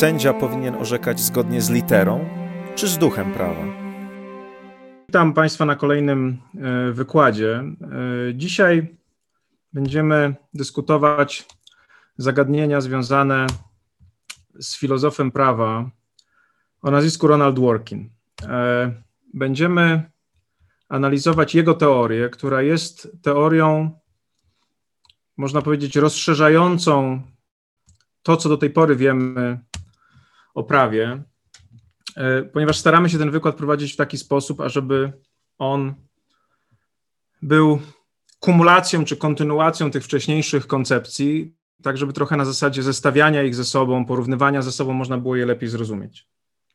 sędzia powinien orzekać zgodnie z literą czy z duchem prawa? Witam Państwa na kolejnym wykładzie. Dzisiaj będziemy dyskutować zagadnienia związane z filozofem prawa o nazwisku Ronald Dworkin. Będziemy analizować jego teorię, która jest teorią, można powiedzieć, rozszerzającą to, co do tej pory wiemy o prawie, ponieważ staramy się ten wykład prowadzić w taki sposób, ażeby on był kumulacją czy kontynuacją tych wcześniejszych koncepcji, tak żeby trochę na zasadzie zestawiania ich ze sobą, porównywania ze sobą można było je lepiej zrozumieć.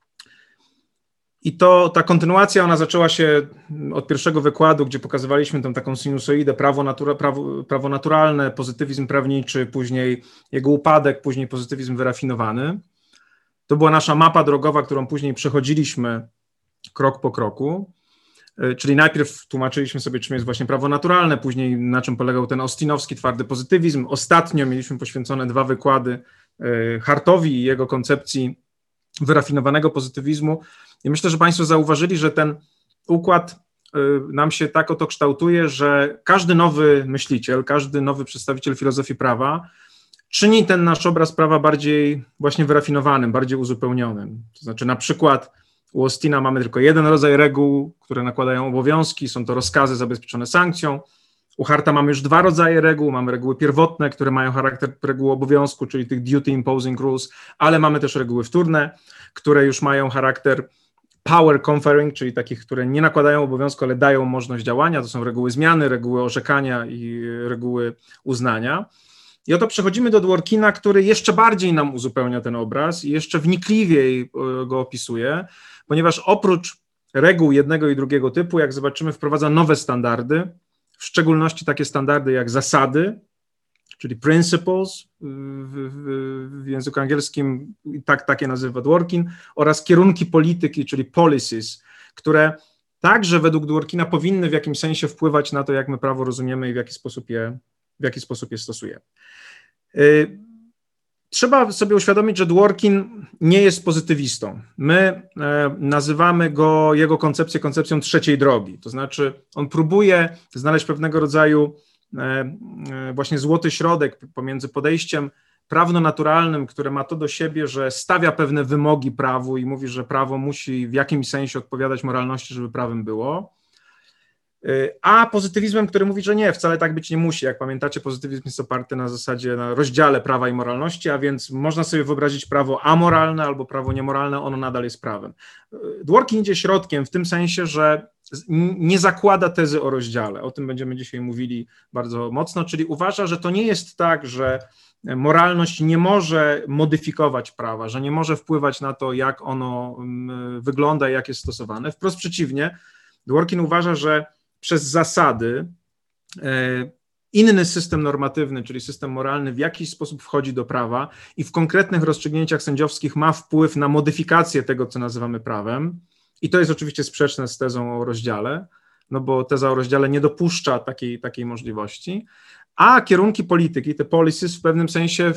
I ta kontynuacja, ona zaczęła się od pierwszego wykładu, gdzie pokazywaliśmy tą taką sinusoidę, prawo naturalne, pozytywizm prawniczy, później jego upadek, później pozytywizm wyrafinowany. To była nasza mapa drogowa, którą później przechodziliśmy krok po kroku, czyli najpierw tłumaczyliśmy sobie, czym jest właśnie prawo naturalne, później na czym polegał ten austinowski twardy pozytywizm. Ostatnio mieliśmy poświęcone 2 wykłady Hartowi i jego koncepcji wyrafinowanego pozytywizmu. I myślę, że Państwo zauważyli, że ten układ nam się tak oto kształtuje, że każdy nowy myśliciel, każdy nowy przedstawiciel filozofii prawa czyni ten nasz obraz prawa bardziej właśnie wyrafinowanym, bardziej uzupełnionym. To znaczy na przykład u Austina mamy tylko jeden rodzaj reguł, które nakładają obowiązki, są to rozkazy zabezpieczone sankcją. U Harta mamy już 2 rodzaje reguł, mamy reguły pierwotne, które mają charakter reguły obowiązku, czyli tych duty imposing rules, ale mamy też reguły wtórne, które już mają charakter power conferring, czyli takich, które nie nakładają obowiązku, ale dają możliwość działania. To są reguły zmiany, reguły orzekania i reguły uznania. I oto przechodzimy do Dworkina, który jeszcze bardziej nam uzupełnia ten obraz i jeszcze wnikliwiej go opisuje, ponieważ oprócz reguł jednego i drugiego typu, jak zobaczymy, wprowadza nowe standardy, w szczególności takie standardy jak zasady, czyli principles w języku angielskim, takie nazywa Dworkin, oraz kierunki polityki, czyli policies, które także według Dworkina powinny w jakimś sensie wpływać na to, jak my prawo rozumiemy i w jaki sposób je stosujemy. Trzeba sobie uświadomić, że Dworkin nie jest pozytywistą. My nazywamy jego koncepcją trzeciej drogi, to znaczy on próbuje znaleźć pewnego rodzaju właśnie złoty środek pomiędzy podejściem prawno-naturalnym, które ma to do siebie, że stawia pewne wymogi prawu i mówi, że prawo musi w jakimś sensie odpowiadać moralności, żeby prawem było, a pozytywizmem, który mówi, że nie, wcale tak być nie musi. Jak pamiętacie, pozytywizm jest oparty na zasadzie, na rozdziale prawa i moralności, a więc można sobie wyobrazić prawo amoralne albo prawo niemoralne, ono nadal jest prawem. Dworkin idzie środkiem w tym sensie, że nie zakłada tezy o rozdziale. O tym będziemy dzisiaj mówili bardzo mocno, czyli uważa, że to nie jest tak, że moralność nie może modyfikować prawa, że nie może wpływać na to, jak ono wygląda i jak jest stosowane. Wprost przeciwnie, Dworkin uważa, że przez zasady inny system normatywny, czyli system moralny, w jakiś sposób wchodzi do prawa i w konkretnych rozstrzygnięciach sędziowskich ma wpływ na modyfikację tego, co nazywamy prawem. I to jest oczywiście sprzeczne z tezą o rozdziale, no bo teza o rozdziale nie dopuszcza takiej możliwości, a kierunki polityki, te policies w pewnym sensie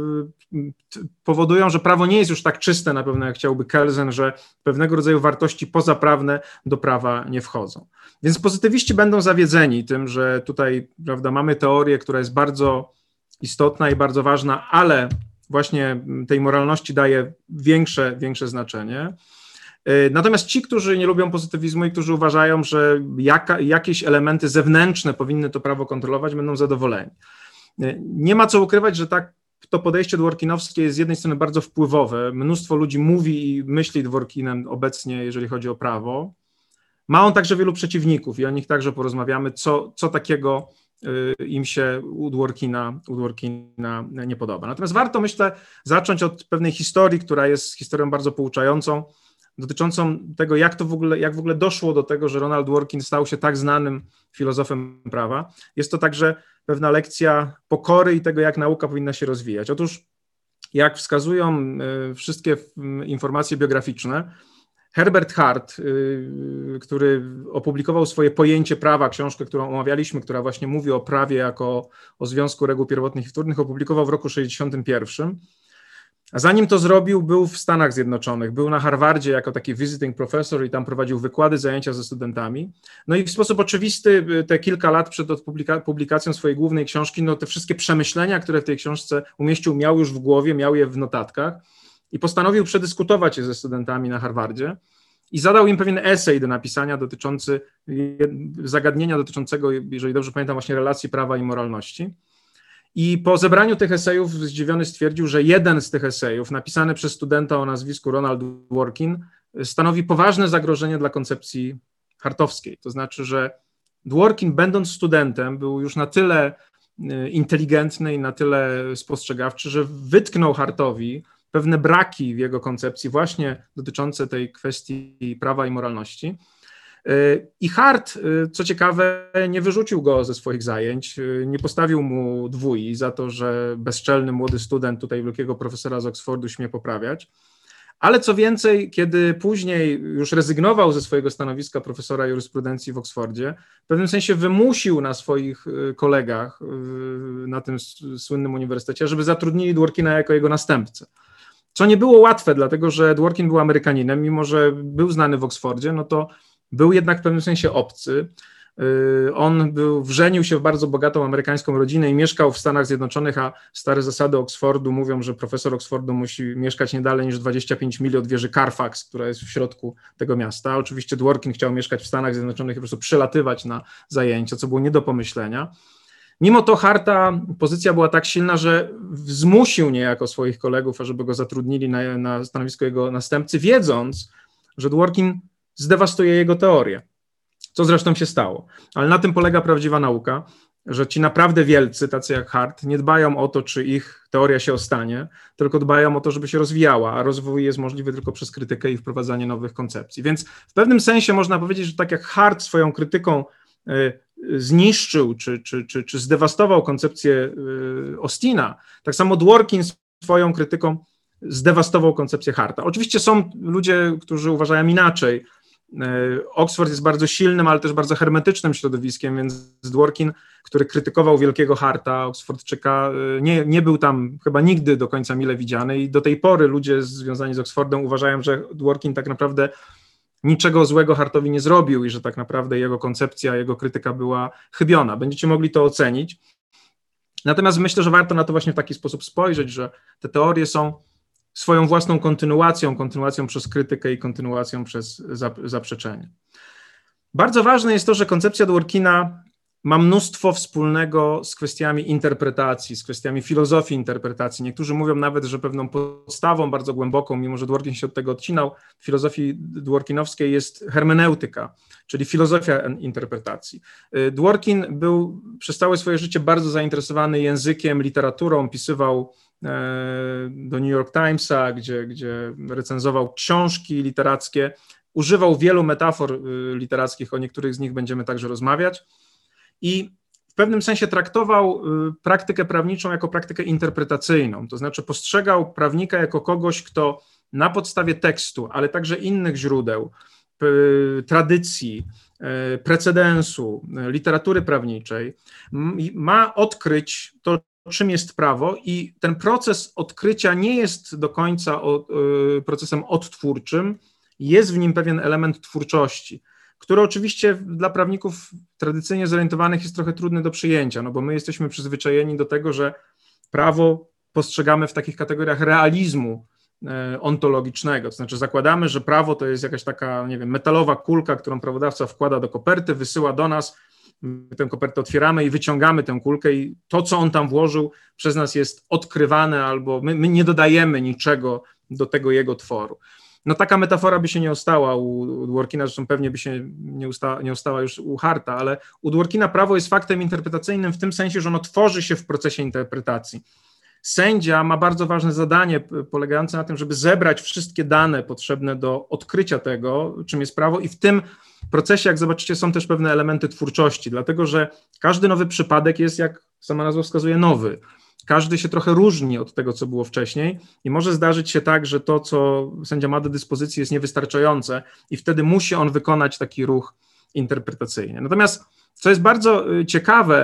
powodują, że prawo nie jest już tak czyste na pewno, jak chciałby Kelsen, że pewnego rodzaju wartości pozaprawne do prawa nie wchodzą. Więc pozytywiści będą zawiedzeni tym, że tutaj, prawda, mamy teorię, która jest bardzo istotna i bardzo ważna, ale właśnie tej moralności daje większe znaczenie. Natomiast ci, którzy nie lubią pozytywizmu i którzy uważają, że jakieś elementy zewnętrzne powinny to prawo kontrolować, będą zadowoleni. Nie ma co ukrywać, że to podejście dworkinowskie jest z jednej strony bardzo wpływowe. Mnóstwo ludzi mówi i myśli Dworkinem obecnie, jeżeli chodzi o prawo. Ma on także wielu przeciwników i o nich także porozmawiamy, co takiego im się u Dworkina nie podoba. Natomiast warto, myślę, zacząć od pewnej historii, która jest historią bardzo pouczającą, dotyczącą tego, jak w ogóle doszło do tego, że Ronald Dworkin stał się tak znanym filozofem prawa. Jest to także pewna lekcja pokory i tego, jak nauka powinna się rozwijać. Otóż, jak wskazują wszystkie informacje biograficzne, Herbert Hart, który opublikował swoje Pojęcie prawa, książkę, którą omawialiśmy, która właśnie mówi o prawie jako o związku reguł pierwotnych i wtórnych, opublikował w roku 1961. A zanim to zrobił, był w Stanach Zjednoczonych, był na Harvardzie jako taki visiting professor i tam prowadził wykłady, zajęcia ze studentami. No i w sposób oczywisty te kilka lat przed publikacją swojej głównej książki, no te wszystkie przemyślenia, które w tej książce umieścił, miał już w głowie, miał je w notatkach i postanowił przedyskutować je ze studentami na Harvardzie i zadał im pewien esej do napisania dotyczący zagadnienia dotyczącego, jeżeli dobrze pamiętam, właśnie relacji prawa i moralności. I po zebraniu tych esejów zdziwiony stwierdził, że jeden z tych esejów, napisany przez studenta o nazwisku Ronald Dworkin, stanowi poważne zagrożenie dla koncepcji hartowskiej. To znaczy, że Dworkin, będąc studentem, był już na tyle inteligentny i na tyle spostrzegawczy, że wytknął Hartowi pewne braki w jego koncepcji właśnie dotyczące tej kwestii prawa i moralności. I Hart, co ciekawe, nie wyrzucił go ze swoich zajęć, nie postawił mu dwój za to, że bezczelny młody student tutaj wielkiego profesora z Oxfordu śmie poprawiać, ale co więcej, kiedy później już rezygnował ze swojego stanowiska profesora jurysprudencji w Oksfordzie, w pewnym sensie wymusił na swoich kolegach na tym słynnym uniwersytecie, żeby zatrudnili Dworkina jako jego następcę. Co nie było łatwe, dlatego że Dworkin był Amerykaninem, mimo że był znany w Oksfordzie, no to był jednak w pewnym sensie obcy. On wżenił się w bardzo bogatą amerykańską rodzinę i mieszkał w Stanach Zjednoczonych, a stare zasady Oksfordu mówią, że profesor Oksfordu musi mieszkać nie dalej niż 25 mil od wieży Carfax, która jest w środku tego miasta. Oczywiście Dworkin chciał mieszkać w Stanach Zjednoczonych i po prostu przylatywać na zajęcia, co było nie do pomyślenia. Mimo to Harta pozycja była tak silna, że zmusił niejako swoich kolegów, ażeby go zatrudnili na stanowisko jego następcy, wiedząc, że Dworkin zdewastuje jego teorię, co zresztą się stało. Ale na tym polega prawdziwa nauka, że ci naprawdę wielcy, tacy jak Hart, nie dbają o to, czy ich teoria się ostanie, tylko dbają o to, żeby się rozwijała, a rozwój jest możliwy tylko przez krytykę i wprowadzanie nowych koncepcji. Więc w pewnym sensie można powiedzieć, że tak jak Hart swoją krytyką zniszczył czy zdewastował koncepcję Austina, tak samo Dworkin swoją krytyką zdewastował koncepcję Harta. Oczywiście są ludzie, którzy uważają inaczej. Oxford jest bardzo silnym, ale też bardzo hermetycznym środowiskiem, więc Dworkin, który krytykował wielkiego Harta, Oksfordczyka, nie był tam chyba nigdy do końca mile widziany i do tej pory ludzie związani z Oxfordem uważają, że Dworkin tak naprawdę niczego złego Hartowi nie zrobił i że tak naprawdę jego koncepcja, jego krytyka była chybiona. Będziecie mogli to ocenić. Natomiast myślę, że warto na to właśnie w taki sposób spojrzeć, że te teorie są swoją własną kontynuacją przez krytykę i kontynuacją przez zaprzeczenie. Bardzo ważne jest to, że koncepcja Dworkina ma mnóstwo wspólnego z kwestiami interpretacji, z kwestiami filozofii interpretacji. Niektórzy mówią nawet, że pewną podstawą bardzo głęboką, mimo że Dworkin się od tego odcinał, w filozofii dworkinowskiej jest hermeneutyka, czyli filozofia interpretacji. Dworkin był przez całe swoje życie bardzo zainteresowany językiem, literaturą, pisywał do New York Timesa, gdzie recenzował książki literackie, używał wielu metafor literackich, o niektórych z nich będziemy także rozmawiać i w pewnym sensie traktował praktykę prawniczą jako praktykę interpretacyjną, to znaczy postrzegał prawnika jako kogoś, kto na podstawie tekstu, ale także innych źródeł, tradycji, precedensu, literatury prawniczej ma odkryć to, czym jest prawo i ten proces odkrycia nie jest do końca procesem odtwórczym, jest w nim pewien element twórczości, który oczywiście dla prawników tradycyjnie zorientowanych jest trochę trudny do przyjęcia, no bo my jesteśmy przyzwyczajeni do tego, że prawo postrzegamy w takich kategoriach realizmu ontologicznego, to znaczy zakładamy, że prawo to jest jakaś taka, nie wiem, metalowa kulka, którą prawodawca wkłada do koperty, wysyła do nas, my tę kopertę otwieramy i wyciągamy tę kulkę i to, co on tam włożył, przez nas jest odkrywane albo my nie dodajemy niczego do tego jego tworu. No taka metafora by się nie ostała u Dworkina, zresztą pewnie by się nie ostała już u Harta, ale u Dworkina prawo jest faktem interpretacyjnym w tym sensie, że ono tworzy się w procesie interpretacji. Sędzia ma bardzo ważne zadanie polegające na tym, żeby zebrać wszystkie dane potrzebne do odkrycia tego, czym jest prawo i w tym procesie, jak zobaczycie, są też pewne elementy twórczości, dlatego że każdy nowy przypadek jest, jak sama nazwa wskazuje, nowy. Każdy się trochę różni od tego, co było wcześniej i może zdarzyć się tak, że to, co sędzia ma do dyspozycji, jest niewystarczające i wtedy musi on wykonać taki ruch interpretacyjny. Natomiast, co jest bardzo ciekawe,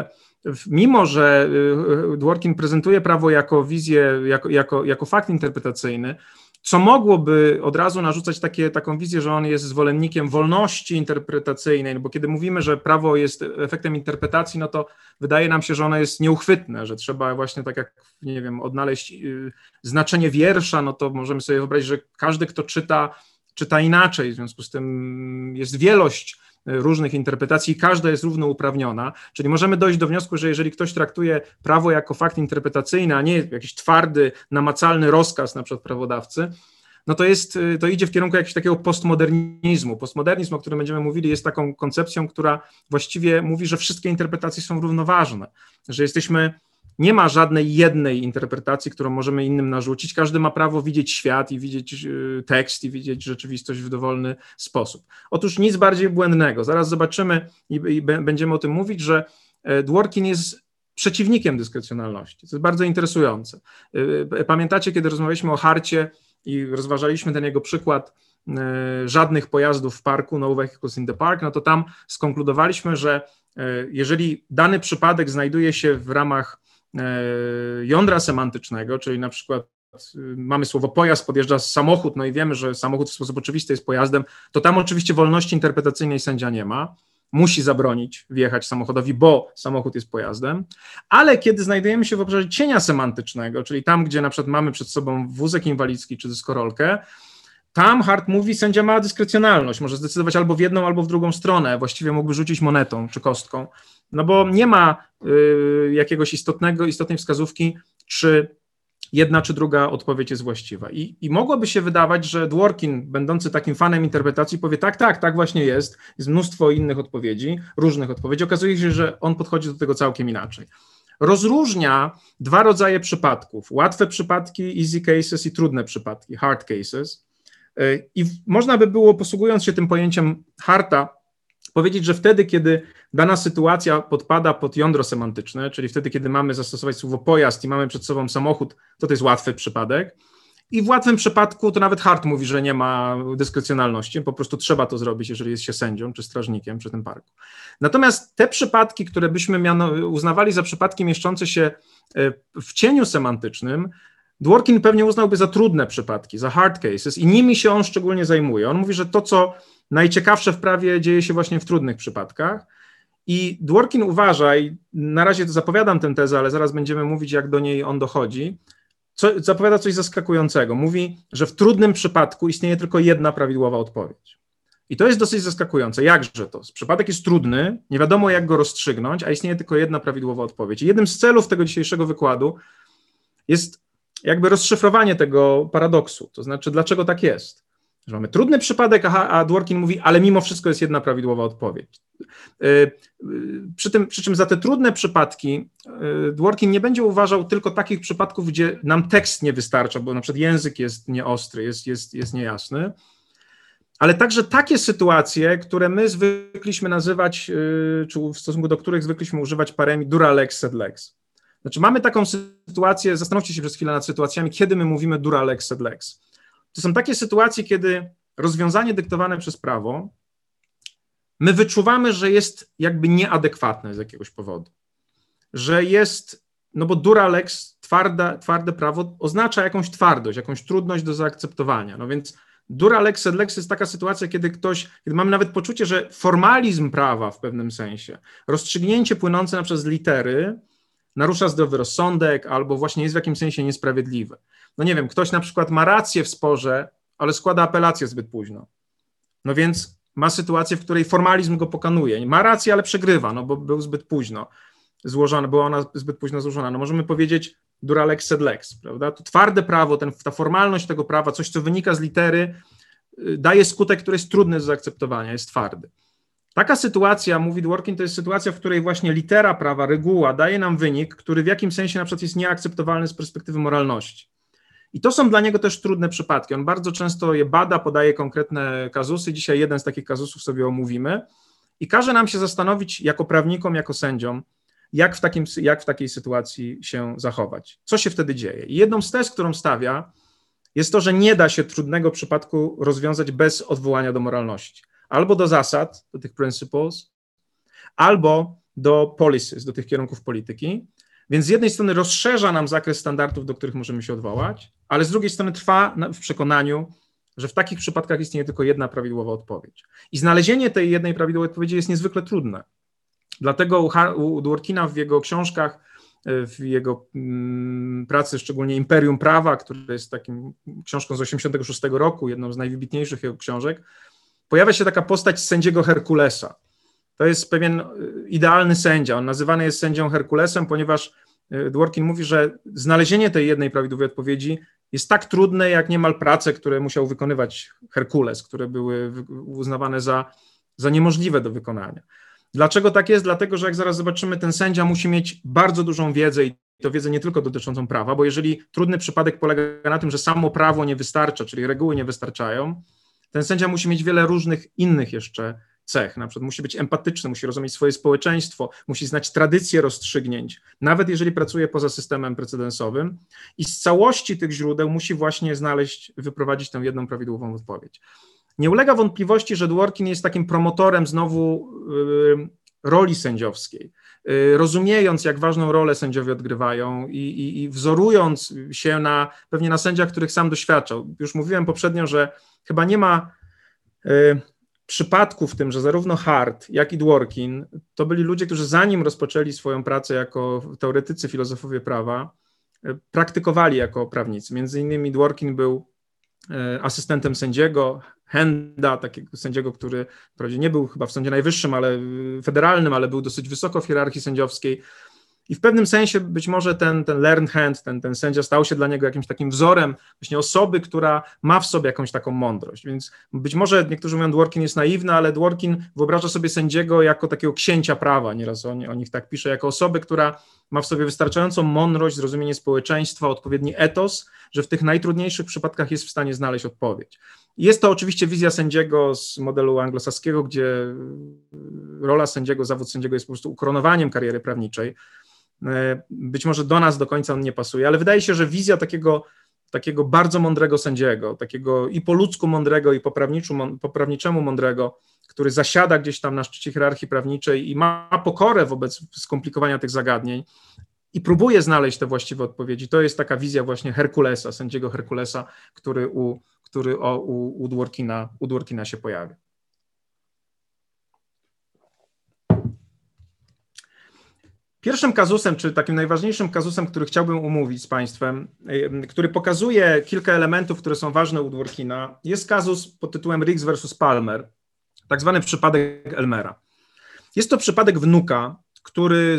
mimo że Dworkin prezentuje prawo jako wizję, jako fakt interpretacyjny, co mogłoby od razu narzucać taką wizję, że on jest zwolennikiem wolności interpretacyjnej, no bo kiedy mówimy, że prawo jest efektem interpretacji, no to wydaje nam się, że ono jest nieuchwytne, że trzeba właśnie tak jak, nie wiem, odnaleźć znaczenie wiersza, no to możemy sobie wyobrazić, że każdy, kto czyta inaczej, w związku z tym jest wielość różnych interpretacji i każda jest równouprawniona, czyli możemy dojść do wniosku, że jeżeli ktoś traktuje prawo jako fakt interpretacyjny, a nie jakiś twardy, namacalny rozkaz na przykład prawodawcy, no to idzie w kierunku jakiegoś takiego postmodernizmu. Postmodernizm, o którym będziemy mówili, jest taką koncepcją, która właściwie mówi, że wszystkie interpretacje są równoważne, że nie ma żadnej jednej interpretacji, którą możemy innym narzucić. Każdy ma prawo widzieć świat i widzieć tekst i widzieć rzeczywistość w dowolny sposób. Otóż nic bardziej błędnego. Zaraz zobaczymy i będziemy o tym mówić, że Dworkin jest przeciwnikiem dyskrecjonalności. To jest bardzo interesujące. Pamiętacie, kiedy rozmawialiśmy o Harcie i rozważaliśmy ten jego przykład żadnych pojazdów w parku, no vehicles in the park, no to tam skonkludowaliśmy, że jeżeli dany przypadek znajduje się w ramach jądra semantycznego, czyli na przykład mamy słowo pojazd, podjeżdża samochód, no i wiemy, że samochód w sposób oczywisty jest pojazdem, to tam oczywiście wolności interpretacyjnej sędzia nie ma, musi zabronić wjechać samochodowi, bo samochód jest pojazdem, ale kiedy znajdujemy się w obszarze cienia semantycznego, czyli tam, gdzie na przykład mamy przed sobą wózek inwalidzki czy dyskorolkę, tam Hart mówi, sędzia ma dyskrecjonalność, może zdecydować albo w jedną, albo w drugą stronę, właściwie mógłby rzucić monetą czy kostką, no bo nie ma jakiegoś istotnej wskazówki, czy jedna czy druga odpowiedź jest właściwa. I mogłoby się wydawać, że Dworkin, będący takim fanem interpretacji, powie tak właśnie jest mnóstwo innych odpowiedzi, różnych odpowiedzi, okazuje się, że on podchodzi do tego całkiem inaczej. Rozróżnia dwa rodzaje przypadków, łatwe przypadki, easy cases i trudne przypadki, hard cases. I można by było, posługując się tym pojęciem Harta, powiedzieć, że wtedy, kiedy dana sytuacja podpada pod jądro semantyczne, czyli wtedy, kiedy mamy zastosować słowo pojazd i mamy przed sobą samochód, to jest łatwy przypadek. I w łatwym przypadku to nawet Hart mówi, że nie ma dyskrecjonalności, po prostu trzeba to zrobić, jeżeli jest się sędzią czy strażnikiem przy tym parku. Natomiast te przypadki, które byśmy uznawali za przypadki mieszczące się w cieniu semantycznym, Dworkin pewnie uznałby za trudne przypadki, za hard cases i nimi się on szczególnie zajmuje. On mówi, że to, co najciekawsze w prawie, dzieje się właśnie w trudnych przypadkach i Dworkin uważa, i na razie zapowiadam tę tezę, ale zaraz będziemy mówić, jak do niej on dochodzi, zapowiada coś zaskakującego. Mówi, że w trudnym przypadku istnieje tylko jedna prawidłowa odpowiedź. I to jest dosyć zaskakujące. Jakże to? Przypadek jest trudny, nie wiadomo jak go rozstrzygnąć, a istnieje tylko jedna prawidłowa odpowiedź. I jednym z celów tego dzisiejszego wykładu jest jakby rozszyfrowanie tego paradoksu, to znaczy dlaczego tak jest, że mamy trudny przypadek, a Dworkin mówi, ale mimo wszystko jest jedna prawidłowa odpowiedź. Przy czym za te trudne przypadki Dworkin nie będzie uważał tylko takich przypadków, gdzie nam tekst nie wystarcza, bo na przykład język jest nieostry, jest niejasny, ale także takie sytuacje, które my zwykliśmy nazywać, czy w stosunku do których zwykliśmy używać paremi dura lex sed lex. Znaczy mamy taką sytuację, zastanówcie się przez chwilę nad sytuacjami, kiedy my mówimy dura lex sed lex. To są takie sytuacje, kiedy rozwiązanie dyktowane przez prawo, my wyczuwamy, że jest jakby nieadekwatne z jakiegoś powodu. Że jest, no bo dura lex, twarde prawo oznacza jakąś twardość, jakąś trudność do zaakceptowania. No więc dura lex sed lex jest taka sytuacja, kiedy mamy nawet poczucie, że formalizm prawa w pewnym sensie, rozstrzygnięcie płynące na przykład z litery, narusza zdrowy rozsądek albo właśnie jest w jakimś sensie niesprawiedliwe. No nie wiem, ktoś na przykład ma rację w sporze, ale składa apelację zbyt późno. No więc ma sytuację, w której formalizm go pokonuje. Ma rację, ale przegrywa, no bo był zbyt późno złożona, była ona zbyt późno złożona. No możemy powiedzieć dura lex sed lex, prawda? To twarde prawo, ta formalność tego prawa, coś, co wynika z litery, daje skutek, który jest trudny do zaakceptowania, jest twardy. Taka sytuacja, mówi Dworkin, to jest sytuacja, w której właśnie litera prawa, reguła daje nam wynik, który w jakimś sensie na przykład jest nieakceptowalny z perspektywy moralności. I to są dla niego też trudne przypadki. On bardzo często je bada, podaje konkretne kazusy. Dzisiaj jeden z takich kazusów sobie omówimy i każe nam się zastanowić jako prawnikom, jako sędziom, jak w takiej sytuacji się zachować. Co się wtedy dzieje? I jedną z tez, którą stawia, jest to, że nie da się trudnego przypadku rozwiązać bez odwołania do moralności. Albo do zasad, do tych principles, albo do policies, do tych kierunków polityki. Więc z jednej strony rozszerza nam zakres standardów, do których możemy się odwołać, ale z drugiej strony trwa w przekonaniu, że w takich przypadkach istnieje tylko jedna prawidłowa odpowiedź. I znalezienie tej jednej prawidłowej odpowiedzi jest niezwykle trudne. Dlatego u Dworkina w jego książkach, w jego pracy, szczególnie Imperium Prawa, który jest taką książką z 1986 roku, jedną z najwybitniejszych jego książek, pojawia się taka postać sędziego Herkulesa. To jest pewien idealny sędzia. On nazywany jest sędzią Herkulesem, ponieważ Dworkin mówi, że znalezienie tej jednej prawidłowej odpowiedzi jest tak trudne, jak niemal prace, które musiał wykonywać Herkules, które były uznawane za niemożliwe do wykonania. Dlaczego tak jest? Dlatego, że jak zaraz zobaczymy, ten sędzia musi mieć bardzo dużą wiedzę i to wiedzę nie tylko dotyczącą prawa, bo jeżeli trudny przypadek polega na tym, że samo prawo nie wystarcza, czyli reguły nie wystarczają, ten sędzia musi mieć wiele różnych innych jeszcze cech. Na przykład musi być empatyczny, musi rozumieć swoje społeczeństwo, musi znać tradycję rozstrzygnięć, nawet jeżeli pracuje poza systemem precedensowym i z całości tych źródeł musi właśnie wyprowadzić tę jedną prawidłową odpowiedź. Nie ulega wątpliwości, że Dworkin jest takim promotorem znowu roli sędziowskiej, rozumiejąc, jak ważną rolę sędziowie odgrywają i wzorując się pewnie na sędziach, których sam doświadczał. Już mówiłem poprzednio, że chyba nie ma przypadku w tym, że zarówno Hart, jak i Dworkin to byli ludzie, którzy zanim rozpoczęli swoją pracę jako teoretycy, filozofowie prawa, praktykowali jako prawnicy. Między innymi Dworkin był asystentem sędziego Henda, takiego sędziego, który wprawdzie nie był chyba w Sądzie Najwyższym, ale federalnym, ale był dosyć wysoko w hierarchii sędziowskiej. I w pewnym sensie być może ten learned hand, ten sędzia stał się dla niego jakimś takim wzorem właśnie osoby, która ma w sobie jakąś taką mądrość. Więc być może niektórzy mówią, Dworkin jest naiwny, ale Dworkin wyobraża sobie sędziego jako takiego księcia prawa, nieraz o nich tak pisze, jako osobę, która ma w sobie wystarczającą mądrość, zrozumienie społeczeństwa, odpowiedni etos, że w tych najtrudniejszych przypadkach jest w stanie znaleźć odpowiedź. Jest to oczywiście wizja sędziego z modelu anglosaskiego, gdzie rola sędziego, zawód sędziego jest po prostu ukoronowaniem kariery prawniczej. Być może do nas do końca on nie pasuje, ale wydaje się, że wizja takiego bardzo mądrego sędziego, takiego i po ludzku mądrego, i po prawniczemu mądrego, który zasiada gdzieś tam na szczycie hierarchii prawniczej i ma pokorę wobec skomplikowania tych zagadnień i próbuje znaleźć te właściwe odpowiedzi. To jest taka wizja właśnie Herkulesa, sędziego Herkulesa, który u Dworkina się pojawia. Pierwszym kazusem, czy takim najważniejszym kazusem, który chciałbym omówić z Państwem, który pokazuje kilka elementów, które są ważne u Dworkina, jest kazus pod tytułem Riggs versus Palmer, tak zwany przypadek Elmera. Jest to przypadek wnuka, który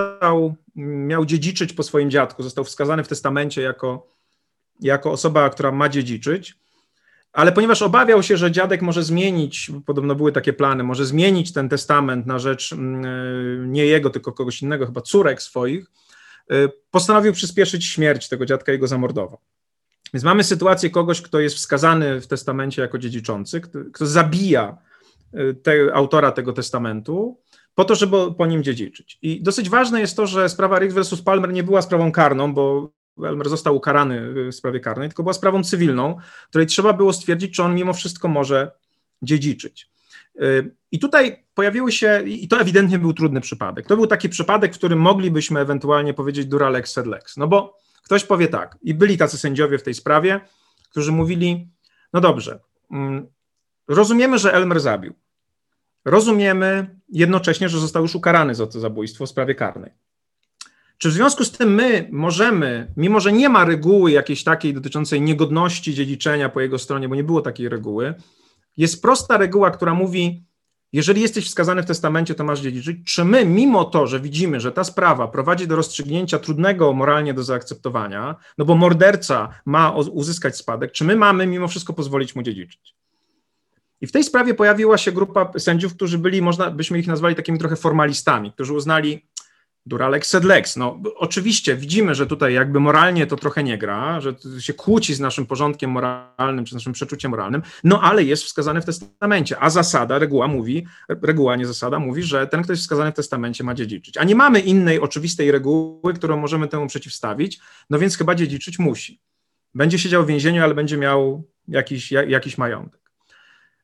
miał dziedziczyć po swoim dziadku, został wskazany w testamencie jako osoba, która ma dziedziczyć, ale ponieważ obawiał się, że dziadek może zmienić, podobno były takie plany, może zmienić ten testament na rzecz nie jego, tylko kogoś innego, chyba córek swoich, postanowił przyspieszyć śmierć tego dziadka i go zamordował. Więc mamy sytuację kogoś, kto jest wskazany w testamencie jako dziedziczący, kto zabija autora tego testamentu po to, żeby po nim dziedziczyć. I dosyć ważne jest to, że sprawa Riggs versus Palmer nie była sprawą karną, bo Elmer został ukarany w sprawie karnej, tylko była sprawą cywilną, której trzeba było stwierdzić, czy on mimo wszystko może dziedziczyć. I tutaj pojawiły się, i to ewidentnie był trudny przypadek. To był taki przypadek, w którym moglibyśmy ewentualnie powiedzieć dura lex sed lex. No bo ktoś powie tak, i byli tacy sędziowie w tej sprawie, którzy mówili, no dobrze, rozumiemy, że Elmer zabił. Rozumiemy jednocześnie, że został już ukarany za to zabójstwo w sprawie karnej. Czy w związku z tym my możemy, mimo że nie ma reguły jakiejś takiej dotyczącej niegodności dziedziczenia po jego stronie, bo nie było takiej reguły, jest prosta reguła, która mówi, jeżeli jesteś wskazany w testamencie, to masz dziedziczyć, czy my, mimo to, że widzimy, że ta sprawa prowadzi do rozstrzygnięcia trudnego moralnie do zaakceptowania, no bo morderca ma uzyskać spadek, czy my mamy mimo wszystko pozwolić mu dziedziczyć? I w tej sprawie pojawiła się grupa sędziów, którzy byli, byśmy ich nazwali takimi trochę formalistami, którzy uznali, dura lex sed lex. No oczywiście widzimy, że tutaj jakby moralnie to trochę nie gra, że to się kłóci z naszym porządkiem moralnym, czy naszym przeczuciem moralnym, no ale jest wskazane w testamencie, a reguła nie zasada, mówi, że ten, kto jest wskazany w testamencie, ma dziedziczyć. A nie mamy innej oczywistej reguły, którą możemy temu przeciwstawić, no więc chyba dziedziczyć musi. Będzie siedział w więzieniu, ale będzie miał jakiś majątek.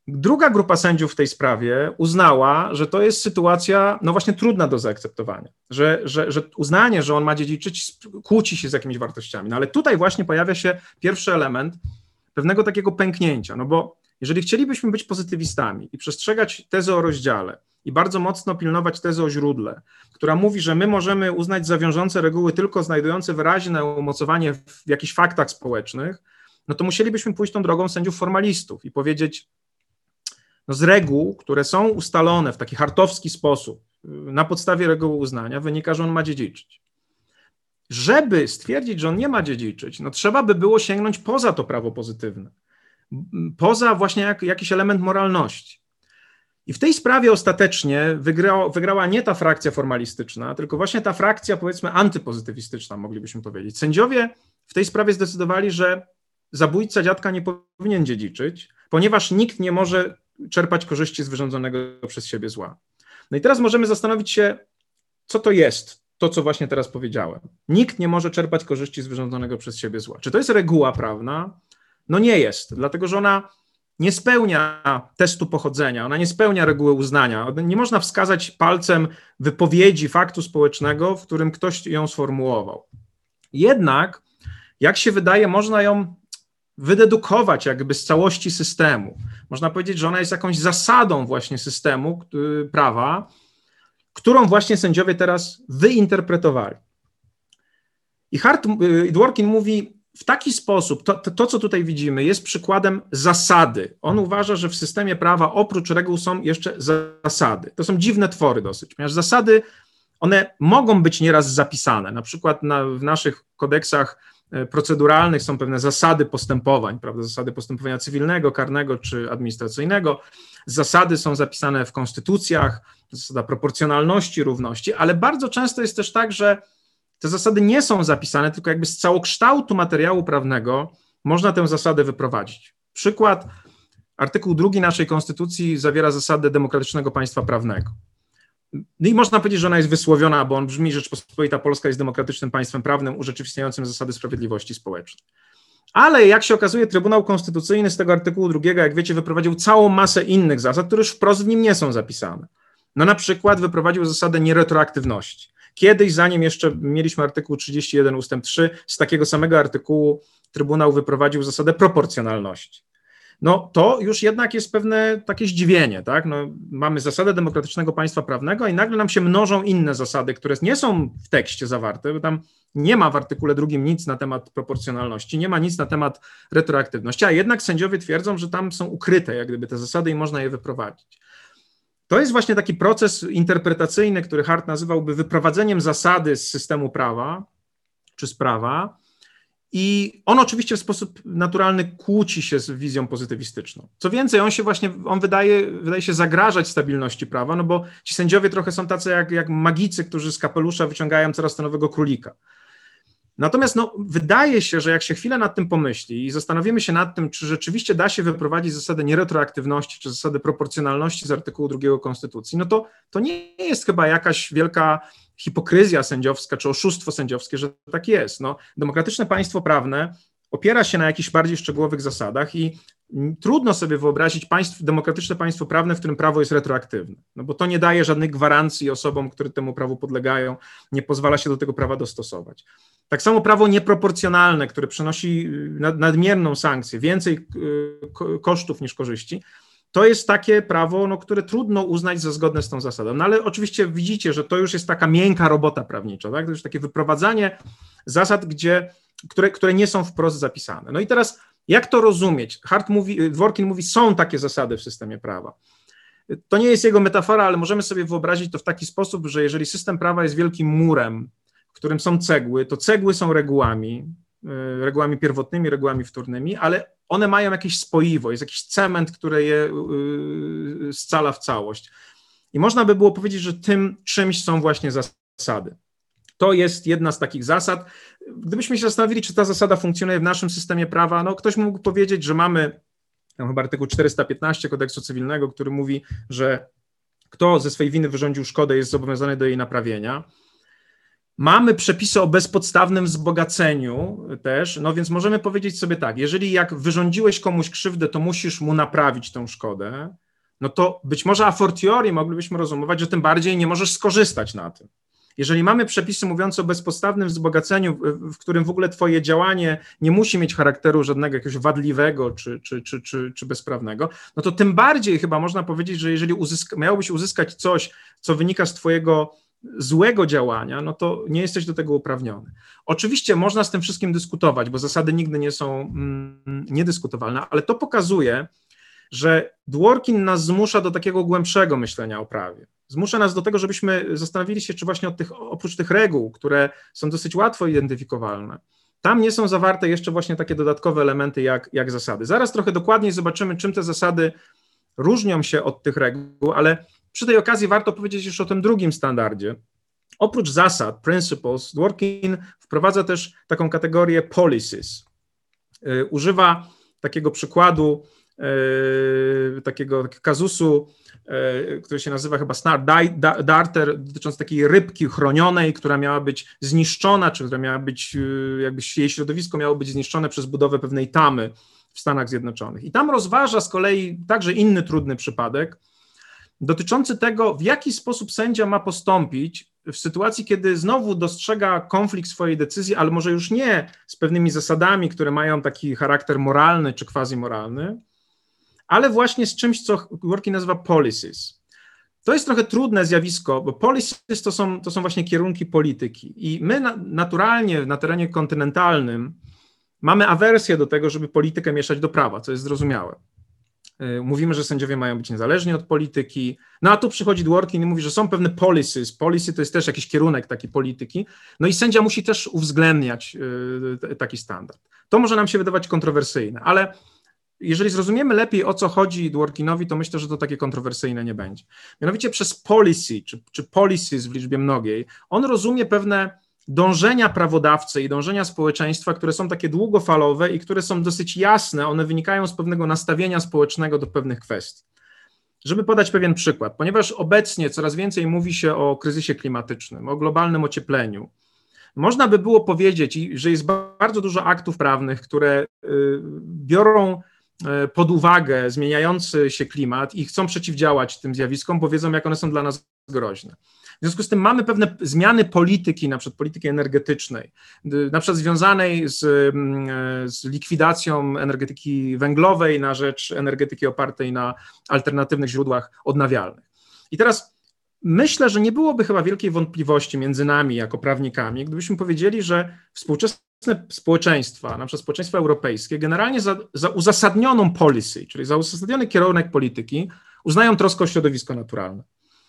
Druga grupa sędziów w tej sprawie uznała, że to jest sytuacja, no właśnie trudna do zaakceptowania, że uznanie, że on ma dziedziczyć, kłóci się z jakimiś wartościami. No ale tutaj właśnie pojawia się pierwszy element pewnego takiego pęknięcia, no bo jeżeli chcielibyśmy być pozytywistami i przestrzegać tezy o rozdziale i bardzo mocno pilnować tezy o źródle, która mówi, że my możemy uznać za wiążące reguły tylko znajdujące wyraźne umocowanie w jakichś faktach społecznych, no to musielibyśmy pójść tą drogą sędziów formalistów i powiedzieć, no z reguł, które są ustalone w taki hartowski sposób, na podstawie reguły uznania, wynika, że on ma dziedziczyć. Żeby stwierdzić, że on nie ma dziedziczyć, no trzeba by było sięgnąć poza to prawo pozytywne, poza właśnie jakiś element moralności. I w tej sprawie ostatecznie wygrała nie ta frakcja formalistyczna, tylko właśnie ta frakcja, powiedzmy, antypozytywistyczna, moglibyśmy powiedzieć. Sędziowie w tej sprawie zdecydowali, że zabójca dziadka nie powinien dziedziczyć, ponieważ nikt nie może czerpać korzyści z wyrządzonego przez siebie zła. No i teraz możemy zastanowić się, co to jest, to co właśnie teraz powiedziałem. Nikt nie może czerpać korzyści z wyrządzonego przez siebie zła. Czy to jest reguła prawna? No nie jest, dlatego że ona nie spełnia testu pochodzenia, ona nie spełnia reguły uznania. Nie można wskazać palcem wypowiedzi faktu społecznego, w którym ktoś ją sformułował. Jednak, jak się wydaje, można ją wydedukować jakby z całości systemu. Można powiedzieć, że ona jest jakąś zasadą właśnie systemu prawa, którą właśnie sędziowie teraz wyinterpretowali. I Dworkin mówi w taki sposób, to co tutaj widzimy, jest przykładem zasady. On uważa, że w systemie prawa oprócz reguł są jeszcze zasady. To są dziwne twory dosyć, ponieważ zasady, one mogą być nieraz zapisane. Na przykład w naszych kodeksach proceduralnych są pewne zasady postępowań, prawda? Zasady postępowania cywilnego, karnego czy administracyjnego. Zasady są zapisane w konstytucjach, zasada proporcjonalności, równości, ale bardzo często jest też tak, że te zasady nie są zapisane, tylko jakby z całokształtu materiału prawnego można tę zasadę wyprowadzić. Przykład, artykuł 2 naszej konstytucji zawiera zasadę demokratycznego państwa prawnego. No i można powiedzieć, że ona jest wysłowiona, bo on brzmi: Rzeczpospolita Polska jest demokratycznym państwem prawnym urzeczywistniającym zasady sprawiedliwości społecznej. Ale jak się okazuje, Trybunał Konstytucyjny z tego artykułu 2, jak wiecie, wyprowadził całą masę innych zasad, które już wprost w nim nie są zapisane. No na przykład wyprowadził zasadę nieretroaktywności. Kiedyś, zanim jeszcze mieliśmy artykuł 31 ustęp 3, z takiego samego artykułu Trybunał wyprowadził zasadę proporcjonalności. No to już jednak jest pewne takie zdziwienie, tak? No, mamy zasadę demokratycznego państwa prawnego i nagle nam się mnożą inne zasady, które nie są w tekście zawarte, bo tam nie ma w artykule 2 nic na temat proporcjonalności, nie ma nic na temat retroaktywności, a jednak sędziowie twierdzą, że tam są ukryte jak gdyby te zasady i można je wyprowadzić. To jest właśnie taki proces interpretacyjny, który Hart nazywałby wyprowadzeniem zasady z systemu prawa czy z prawa, i on oczywiście w sposób naturalny kłóci się z wizją pozytywistyczną. Co więcej, on wydaje się zagrażać stabilności prawa, no bo ci sędziowie trochę są tacy jak magicy, którzy z kapelusza wyciągają coraz to nowego królika. Natomiast no, wydaje się, że jak się chwilę nad tym pomyśli i zastanowimy się nad tym, czy rzeczywiście da się wyprowadzić zasadę nieretroaktywności, czy zasadę proporcjonalności z artykułu 2 Konstytucji, no to nie jest chyba jakaś wielka hipokryzja sędziowska, czy oszustwo sędziowskie, że tak jest. No, demokratyczne państwo prawne opiera się na jakichś bardziej szczegółowych zasadach i trudno sobie wyobrazić demokratyczne państwo prawne, w którym prawo jest retroaktywne, no bo to nie daje żadnych gwarancji osobom, które temu prawu podlegają, nie pozwala się do tego prawa dostosować. Tak samo prawo nieproporcjonalne, które przynosi nadmierną sankcję, więcej kosztów niż korzyści, to jest takie prawo, no, które trudno uznać za zgodne z tą zasadą. No ale oczywiście widzicie, że to już jest taka miękka robota prawnicza, tak? To już takie wyprowadzanie zasad, które nie są wprost zapisane. No i teraz jak to rozumieć? Dworkin mówi, są takie zasady w systemie prawa. To nie jest jego metafora, ale możemy sobie wyobrazić to w taki sposób, że jeżeli system prawa jest wielkim murem, w którym są cegły, to cegły są regułami pierwotnymi, regułami wtórnymi, ale one mają jakieś spoiwo, jest jakiś cement, który je scala w całość. I można by było powiedzieć, że tym czymś są właśnie zasady. To jest jedna z takich zasad. Gdybyśmy się zastanowili, czy ta zasada funkcjonuje w naszym systemie prawa, no ktoś mógł powiedzieć, że mamy tam chyba artykuł 415 Kodeksu Cywilnego, który mówi, że kto ze swej winy wyrządził szkodę, jest zobowiązany do jej naprawienia. Mamy przepisy o bezpodstawnym wzbogaceniu też, no więc możemy powiedzieć sobie tak, jeżeli jak wyrządziłeś komuś krzywdę, to musisz mu naprawić tę szkodę, no to być może a fortiori moglibyśmy rozumować, że tym bardziej nie możesz skorzystać na tym. Jeżeli mamy przepisy mówiące o bezpodstawnym wzbogaceniu, w którym w ogóle twoje działanie nie musi mieć charakteru żadnego jakiegoś wadliwego czy bezprawnego, no to tym bardziej chyba można powiedzieć, że jeżeli miałbyś uzyskać coś, co wynika z twojego złego działania, no to nie jesteś do tego uprawniony. Oczywiście można z tym wszystkim dyskutować, bo zasady nigdy nie są niedyskutowalne, ale to pokazuje, że Dworkin nas zmusza do takiego głębszego myślenia o prawie. Zmusza nas do tego, żebyśmy zastanowili się, czy właśnie oprócz tych reguł, które są dosyć łatwo identyfikowalne, tam nie są zawarte jeszcze właśnie takie dodatkowe elementy jak zasady. Zaraz trochę dokładniej zobaczymy, czym te zasady różnią się od tych reguł, ale przy tej okazji warto powiedzieć już o tym drugim standardzie. Oprócz zasad, principles, Dworkin wprowadza też taką kategorię policies. Używa takiego przykładu, takiego kazusu, który się nazywa chyba Snark Darter, dotyczący takiej rybki chronionej, która miała być zniszczona, czy która miała być, jakby jej środowisko miało być zniszczone przez budowę pewnej tamy w Stanach Zjednoczonych. I tam rozważa z kolei także inny trudny przypadek, dotyczący tego, w jaki sposób sędzia ma postąpić w sytuacji, kiedy znowu dostrzega konflikt swojej decyzji, ale może już nie z pewnymi zasadami, które mają taki charakter moralny czy quasi-moralny, ale właśnie z czymś, co Dworkin nazywa policies. To jest trochę trudne zjawisko, bo policies to są właśnie kierunki polityki i my naturalnie na terenie kontynentalnym mamy awersję do tego, żeby politykę mieszać do prawa, co jest zrozumiałe. Mówimy, że sędziowie mają być niezależni od polityki, no a tu przychodzi Dworkin i mówi, że są pewne policies, policy to jest też jakiś kierunek takiej polityki, no i sędzia musi też uwzględniać taki standard. To może nam się wydawać kontrowersyjne, ale jeżeli zrozumiemy lepiej, o co chodzi Dworkinowi, to myślę, że to takie kontrowersyjne nie będzie. Mianowicie przez policy, czy policies w liczbie mnogiej, on rozumie pewne dążenia prawodawcy i dążenia społeczeństwa, które są takie długofalowe i które są dosyć jasne, one wynikają z pewnego nastawienia społecznego do pewnych kwestii. Żeby podać pewien przykład, ponieważ obecnie coraz więcej mówi się o kryzysie klimatycznym, o globalnym ociepleniu, można by było powiedzieć, że jest bardzo dużo aktów prawnych, które biorą pod uwagę zmieniający się klimat i chcą przeciwdziałać tym zjawiskom, bo wiedzą, jak one są dla nas groźne. W związku z tym mamy pewne zmiany polityki, na przykład polityki energetycznej, na przykład związanej z likwidacją energetyki węglowej na rzecz energetyki opartej na alternatywnych źródłach odnawialnych. I teraz myślę, że nie byłoby chyba wielkiej wątpliwości między nami jako prawnikami, gdybyśmy powiedzieli, że współczesne społeczeństwa, na przykład społeczeństwa europejskie, generalnie za uzasadnioną policy, czyli za uzasadniony kierunek polityki, uznają troskę o środowisko naturalne.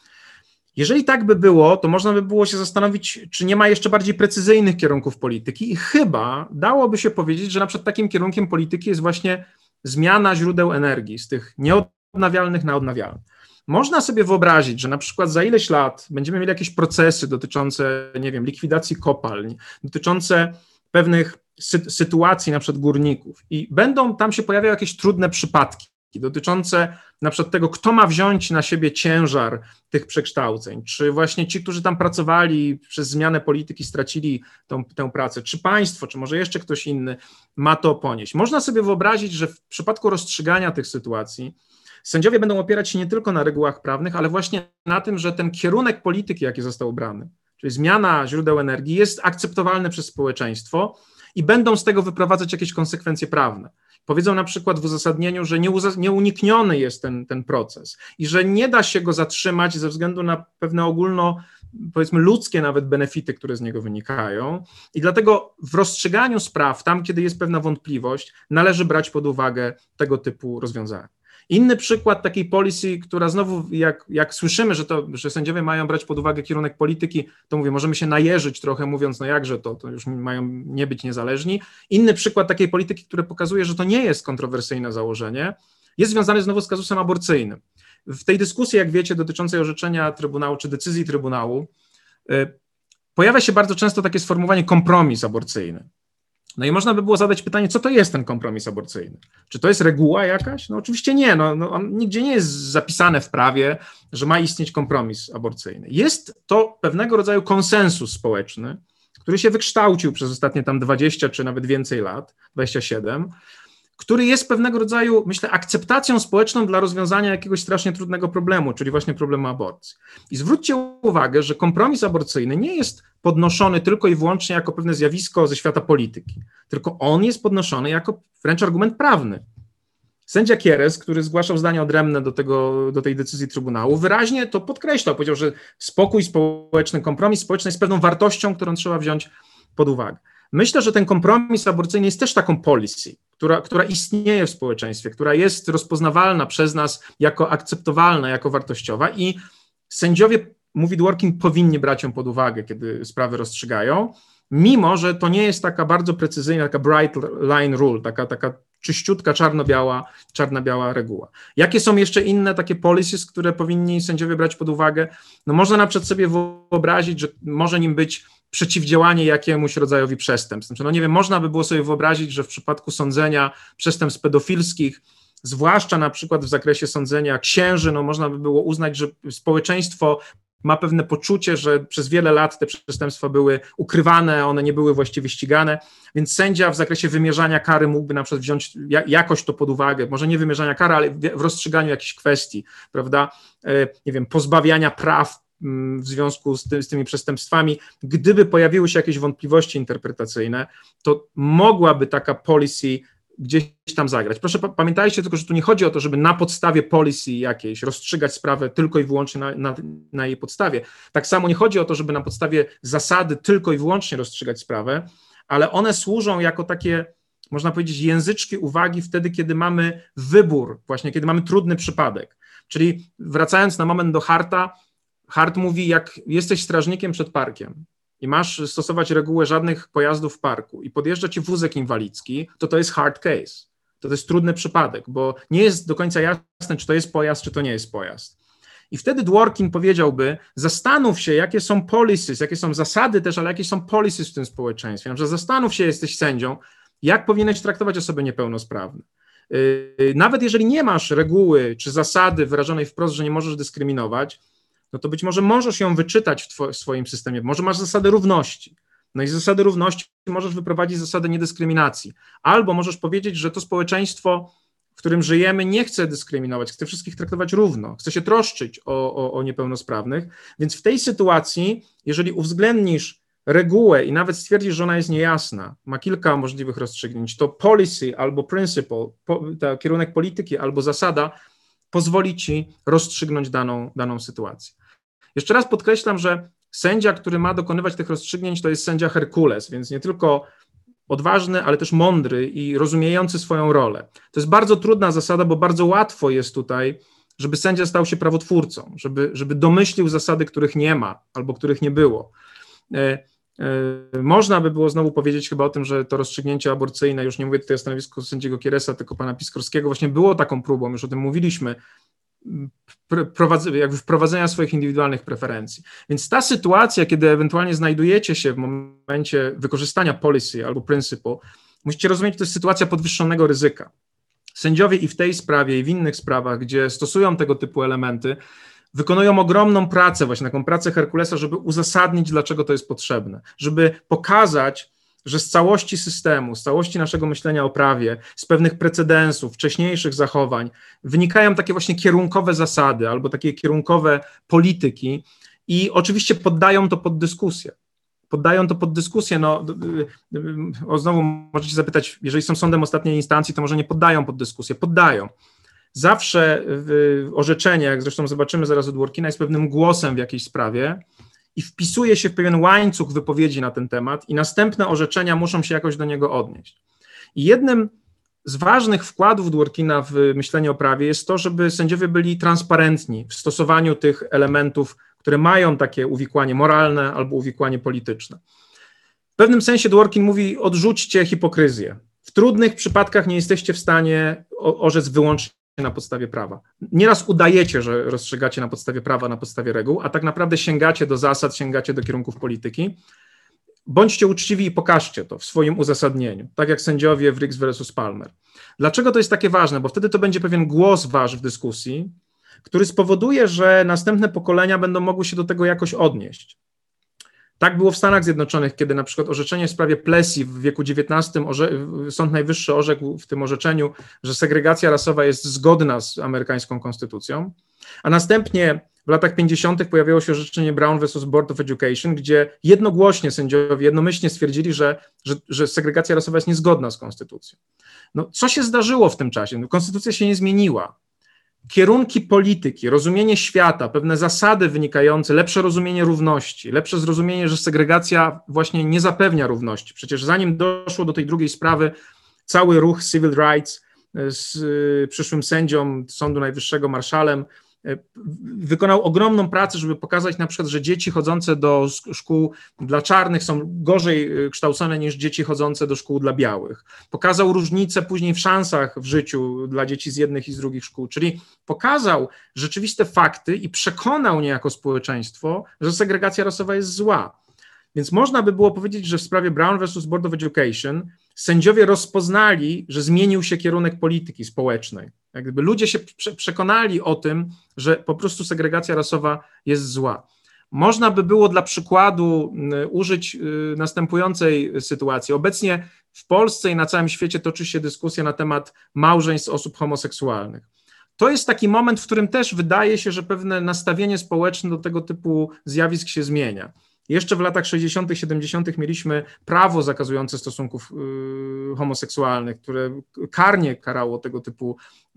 Jeżeli tak by było, to można by było się zastanowić, czy nie ma jeszcze bardziej precyzyjnych kierunków polityki i chyba dałoby się powiedzieć, że na przykład takim kierunkiem polityki jest właśnie zmiana źródeł energii z tych nieodnawialnych na odnawialne. Można sobie wyobrazić, że na przykład za ileś lat będziemy mieli jakieś procesy dotyczące, nie wiem, likwidacji kopalń, dotyczące pewnych sytuacji na przykład górników i będą tam się pojawiały jakieś trudne przypadki dotyczące na przykład tego, kto ma wziąć na siebie ciężar tych przekształceń, czy właśnie ci, którzy tam pracowali przez zmianę polityki stracili tę pracę, czy państwo, czy może jeszcze ktoś inny ma to ponieść. Można sobie wyobrazić, że w przypadku rozstrzygania tych sytuacji sędziowie będą opierać się nie tylko na regułach prawnych, ale właśnie na tym, że ten kierunek polityki, jaki został obrany, czyli zmiana źródeł energii, jest akceptowalny przez społeczeństwo i będą z tego wyprowadzać jakieś konsekwencje prawne. Powiedzą na przykład w uzasadnieniu, że nieunikniony jest ten proces i że nie da się go zatrzymać ze względu na pewne ogólno, powiedzmy ludzkie nawet benefity, które z niego wynikają i dlatego w rozstrzyganiu spraw, tam kiedy jest pewna wątpliwość, należy brać pod uwagę tego typu rozwiązania. Inny przykład takiej policy, która znowu, jak słyszymy, że sędziowie mają brać pod uwagę kierunek polityki, to mówię, możemy się najeżyć trochę, mówiąc, no jakże to już mają nie być niezależni. Inny przykład takiej polityki, który pokazuje, że to nie jest kontrowersyjne założenie, jest związany znowu z kazusem aborcyjnym. W tej dyskusji, jak wiecie, dotyczącej orzeczenia Trybunału czy decyzji Trybunału, pojawia się bardzo często takie sformułowanie kompromis aborcyjny. No i można by było zadać pytanie, co to jest ten kompromis aborcyjny? Czy to jest reguła jakaś? No oczywiście nie, on nigdzie nie jest zapisane w prawie, że ma istnieć kompromis aborcyjny. Jest to pewnego rodzaju konsensus społeczny, który się wykształcił przez ostatnie tam 20 czy nawet więcej lat, 27, który jest pewnego rodzaju, myślę, akceptacją społeczną dla rozwiązania jakiegoś strasznie trudnego problemu, czyli właśnie problemu aborcji. I zwróćcie uwagę, że kompromis aborcyjny nie jest podnoszony tylko i wyłącznie jako pewne zjawisko ze świata polityki, tylko on jest podnoszony jako wręcz argument prawny. Sędzia Kieres, który zgłaszał zdanie odrębne do tej decyzji Trybunału, wyraźnie to podkreślał, powiedział, że spokój społeczny, kompromis społeczny jest pewną wartością, którą trzeba wziąć pod uwagę. Myślę, że ten kompromis aborcyjny jest też taką policy, która istnieje w społeczeństwie, która jest rozpoznawalna przez nas jako akceptowalna, jako wartościowa i sędziowie, mówi Dworkin, powinni brać ją pod uwagę, kiedy sprawy rozstrzygają, mimo że to nie jest taka bardzo precyzyjna, taka bright line rule, taka czyściutka, czarno-biała reguła. Jakie są jeszcze inne takie policies, które powinni sędziowie brać pod uwagę? No można na przykład sobie wyobrazić, że może nim być przeciwdziałanie jakiemuś rodzajowi przestępstw. Znaczy, no nie wiem, można by było sobie wyobrazić, że w przypadku sądzenia przestępstw pedofilskich, zwłaszcza na przykład w zakresie sądzenia księży, no można by było uznać, że społeczeństwo ma pewne poczucie, że przez wiele lat te przestępstwa były ukrywane, one nie były właściwie ścigane, więc sędzia w zakresie wymierzania kary mógłby na przykład wziąć jakoś to pod uwagę, może nie wymierzania kary, ale w rozstrzyganiu jakichś kwestii, prawda, nie wiem, pozbawiania praw w związku z tymi przestępstwami. Gdyby pojawiły się jakieś wątpliwości interpretacyjne, to mogłaby taka policy gdzieś tam zagrać. Proszę pamiętajcie tylko, że tu nie chodzi o to, żeby na podstawie policy jakiejś rozstrzygać sprawę tylko i wyłącznie na jej podstawie. Tak samo nie chodzi o to, żeby na podstawie zasady tylko i wyłącznie rozstrzygać sprawę, ale one służą jako takie, można powiedzieć, języczki uwagi wtedy, kiedy mamy wybór, właśnie kiedy mamy trudny przypadek. Czyli wracając na moment do Harta, Hart mówi, jak jesteś strażnikiem przed parkiem i masz stosować regułę żadnych pojazdów w parku i podjeżdża ci wózek inwalidzki, to jest hard case. To jest trudny przypadek, bo nie jest do końca jasne, czy to jest pojazd, czy to nie jest pojazd. I wtedy Dworkin powiedziałby, zastanów się, jakie są policies, jakie są zasady też, ale jakie są policies w tym społeczeństwie. Że zastanów się, jesteś sędzią, jak powinieneś traktować osoby niepełnosprawne. Nawet jeżeli nie masz reguły czy zasady wyrażonej wprost, że nie możesz dyskryminować, no to być może możesz ją wyczytać w swoim systemie, może masz zasadę równości. No i z zasady równości możesz wyprowadzić zasadę niedyskryminacji. Albo możesz powiedzieć, że to społeczeństwo, w którym żyjemy, nie chce dyskryminować, chce wszystkich traktować równo, chce się troszczyć o niepełnosprawnych, więc w tej sytuacji, jeżeli uwzględnisz regułę i nawet stwierdzisz, że ona jest niejasna, ma kilka możliwych rozstrzygnięć, to policy albo principle, kierunek polityki albo zasada pozwoli ci rozstrzygnąć daną sytuację. Jeszcze raz podkreślam, że sędzia, który ma dokonywać tych rozstrzygnięć, to jest sędzia Herkules, więc nie tylko odważny, ale też mądry i rozumiejący swoją rolę. To jest bardzo trudna zasada, bo bardzo łatwo jest tutaj, żeby sędzia stał się prawotwórcą, żeby domyślił zasady, których nie ma albo których nie było. Można by było znowu powiedzieć chyba o tym, że to rozstrzygnięcie aborcyjne, już nie mówię tutaj o stanowisku sędziego Kieresa, tylko pana Piskorskiego, właśnie było taką próbą, już o tym mówiliśmy, jakby wprowadzenia swoich indywidualnych preferencji. Więc ta sytuacja, kiedy ewentualnie znajdujecie się w momencie wykorzystania policy albo principle, musicie rozumieć, że to jest sytuacja podwyższonego ryzyka. Sędziowie i w tej sprawie, i w innych sprawach, gdzie stosują tego typu elementy, wykonują ogromną pracę, właśnie taką pracę Herkulesa, żeby uzasadnić, dlaczego to jest potrzebne, żeby pokazać, że z całości systemu, z całości naszego myślenia o prawie, z pewnych precedensów, wcześniejszych zachowań, wynikają takie właśnie kierunkowe zasady albo takie kierunkowe polityki i oczywiście poddają to pod dyskusję. Znowu możecie zapytać, jeżeli są sądem ostatniej instancji, to może nie poddają pod dyskusję. Poddają. Zawsze orzeczenie, jak zresztą zobaczymy zaraz od Dworkina, jest pewnym głosem w jakiejś sprawie i wpisuje się w pewien łańcuch wypowiedzi na ten temat i następne orzeczenia muszą się jakoś do niego odnieść. I jednym z ważnych wkładów Dworkina w myślenie o prawie jest to, żeby sędziowie byli transparentni w stosowaniu tych elementów, które mają takie uwikłanie moralne albo uwikłanie polityczne. W pewnym sensie Dworkin mówi, odrzućcie hipokryzję. W trudnych przypadkach nie jesteście w stanie orzec wyłącznie na podstawie prawa. Nieraz udajecie, że rozstrzygacie na podstawie prawa, na podstawie reguł, a tak naprawdę sięgacie do zasad, sięgacie do kierunków polityki. bądźcie uczciwi i pokażcie to w swoim uzasadnieniu, tak jak sędziowie w Riggs versus Palmer. Dlaczego to jest takie ważne? Bo wtedy to będzie pewien głos wasz w dyskusji, który spowoduje, że następne pokolenia będą mogły się do tego jakoś odnieść. Tak było w Stanach Zjednoczonych, kiedy na przykład orzeczenie w sprawie Plessy w wieku XIX, Sąd Najwyższy orzekł w tym orzeczeniu, że segregacja rasowa jest zgodna z amerykańską konstytucją, a następnie w latach 50. pojawiło się orzeczenie Brown versus Board of Education, gdzie jednogłośnie sędziowie jednomyślnie stwierdzili, że segregacja rasowa jest niezgodna z konstytucją. No, co się zdarzyło w tym czasie? No, konstytucja się nie zmieniła. Kierunki polityki, rozumienie świata, pewne zasady wynikające, lepsze rozumienie równości, lepsze zrozumienie, że segregacja właśnie nie zapewnia równości. Przecież zanim doszło do tej drugiej sprawy, cały ruch civil rights z przyszłym sędzią Sądu Najwyższego, marszalem, wykonał ogromną pracę, żeby pokazać na przykład, że dzieci chodzące do szkół dla czarnych są gorzej kształcone niż dzieci chodzące do szkół dla białych. Pokazał różnice później w szansach w życiu dla dzieci z jednych i z drugich szkół, czyli pokazał rzeczywiste fakty i przekonał niejako społeczeństwo, że segregacja rasowa jest zła. Więc można by było powiedzieć, że w sprawie Brown versus Board of Education sędziowie rozpoznali, że zmienił się kierunek polityki społecznej. Jak gdyby ludzie się przekonali o tym, że po prostu segregacja rasowa jest zła. Można by było dla przykładu użyć następującej sytuacji. Obecnie w Polsce i na całym świecie toczy się dyskusja na temat małżeństw osób homoseksualnych. To jest taki moment, w którym też wydaje się, że pewne nastawienie społeczne do tego typu zjawisk się zmienia. Jeszcze w latach 60., 70. mieliśmy prawo zakazujące stosunków homoseksualnych, które karnie karało tego typu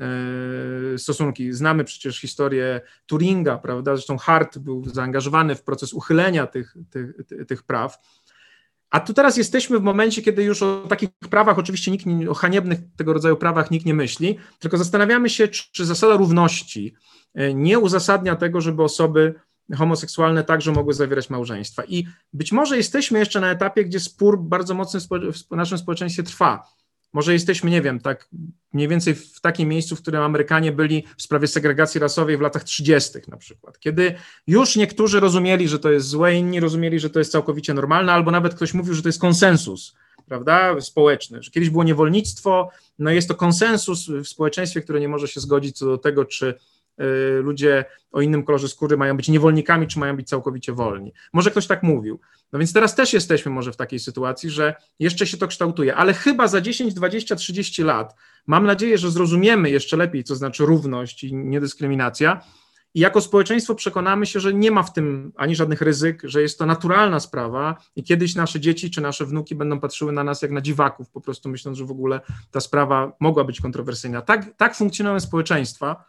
stosunki. Znamy przecież historię Turinga, prawda? Zresztą Hart był zaangażowany w proces uchylenia tych praw. A tu teraz jesteśmy w momencie, kiedy już o takich prawach, oczywiście o haniebnych tego rodzaju prawach nikt nie myśli, tylko zastanawiamy się, czy zasada równości nie uzasadnia tego, żeby osoby homoseksualne także mogły zawierać małżeństwa. I być może jesteśmy jeszcze na etapie, gdzie spór bardzo mocny w naszym społeczeństwie trwa. Może jesteśmy, nie wiem, tak mniej więcej w takim miejscu, w którym Amerykanie byli w sprawie segregacji rasowej w latach 30. na przykład, kiedy już niektórzy rozumieli, że to jest złe, inni rozumieli, że to jest całkowicie normalne, albo nawet ktoś mówił, że to jest konsensus, prawda, społeczny, że kiedyś było niewolnictwo, no jest to konsensus w społeczeństwie, które nie może się zgodzić co do tego, czy ludzie o innym kolorze skóry mają być niewolnikami, czy mają być całkowicie wolni. Może ktoś tak mówił. No więc teraz też jesteśmy może w takiej sytuacji, że jeszcze się to kształtuje, ale chyba za 10, 20, 30 lat mam nadzieję, że zrozumiemy jeszcze lepiej, co znaczy równość i niedyskryminacja i jako społeczeństwo przekonamy się, że nie ma w tym ani żadnych ryzyk, że jest to naturalna sprawa i kiedyś nasze dzieci czy nasze wnuki będą patrzyły na nas jak na dziwaków, po prostu myśląc, że w ogóle ta sprawa mogła być kontrowersyjna. Tak funkcjonują społeczeństwa.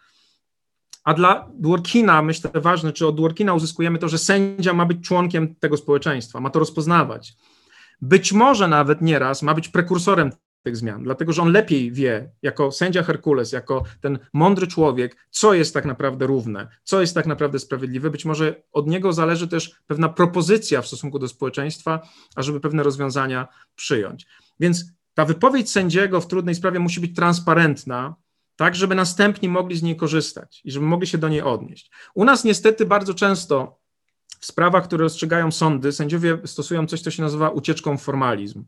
A dla Dworkina, myślę, ważne, czy od Dworkina uzyskujemy to, że sędzia ma być członkiem tego społeczeństwa, ma to rozpoznawać. Być może nawet nieraz ma być prekursorem tych zmian, dlatego że on lepiej wie, jako sędzia Herkules, jako ten mądry człowiek, co jest tak naprawdę równe, co jest tak naprawdę sprawiedliwe. Być może od niego zależy też pewna propozycja w stosunku do społeczeństwa, ażeby pewne rozwiązania przyjąć. Więc ta wypowiedź sędziego w trudnej sprawie musi być transparentna, tak, żeby następni mogli z niej korzystać i żeby mogli się do niej odnieść. U nas niestety bardzo często w sprawach, które rozstrzygają sądy, sędziowie stosują coś, co się nazywa ucieczką w formalizm.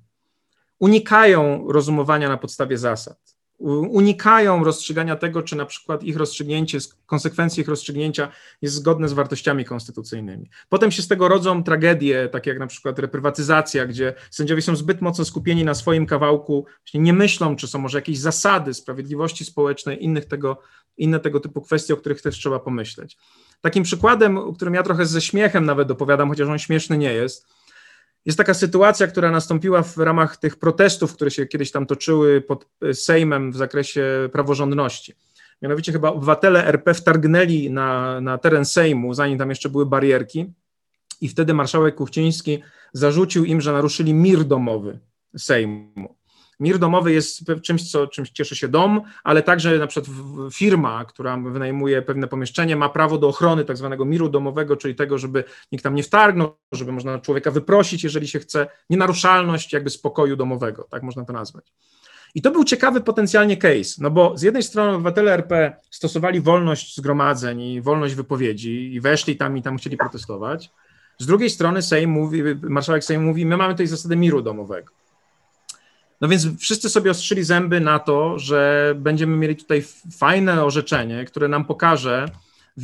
Unikają rozumowania na podstawie zasad. Unikają rozstrzygania tego, czy na przykład ich rozstrzygnięcie, konsekwencje ich rozstrzygnięcia jest zgodne z wartościami konstytucyjnymi. Potem się z tego rodzą tragedie, takie jak na przykład reprywatyzacja, gdzie sędziowie są zbyt mocno skupieni na swoim kawałku, nie myślą, czy są może jakieś zasady sprawiedliwości społecznej, inne tego typu kwestie, o których też trzeba pomyśleć. Takim przykładem, o którym ja trochę ze śmiechem nawet opowiadam, chociaż on śmieszny nie jest taka sytuacja, która nastąpiła w ramach tych protestów, które się kiedyś tam toczyły pod Sejmem w zakresie praworządności. Mianowicie chyba obywatele RP wtargnęli na teren Sejmu, zanim tam jeszcze były barierki i wtedy marszałek Kuchciński zarzucił im, że naruszyli mir domowy Sejmu. Mir domowy jest czymś cieszy się dom, ale także na przykład firma, która wynajmuje pewne pomieszczenie, ma prawo do ochrony tak zwanego miru domowego, czyli tego, żeby nikt tam nie wtargnął, żeby można człowieka wyprosić, jeżeli się chce, nienaruszalność jakby spokoju domowego, tak można to nazwać. I to był ciekawy potencjalnie case, no bo z jednej strony obywatele RP stosowali wolność zgromadzeń i wolność wypowiedzi i weszli tam i tam chcieli protestować, Z drugiej strony marszałek Sejmu mówi, my mamy tutaj zasadę miru domowego. No więc wszyscy sobie ostrzyli zęby na to, że będziemy mieli tutaj fajne orzeczenie, które nam pokaże, w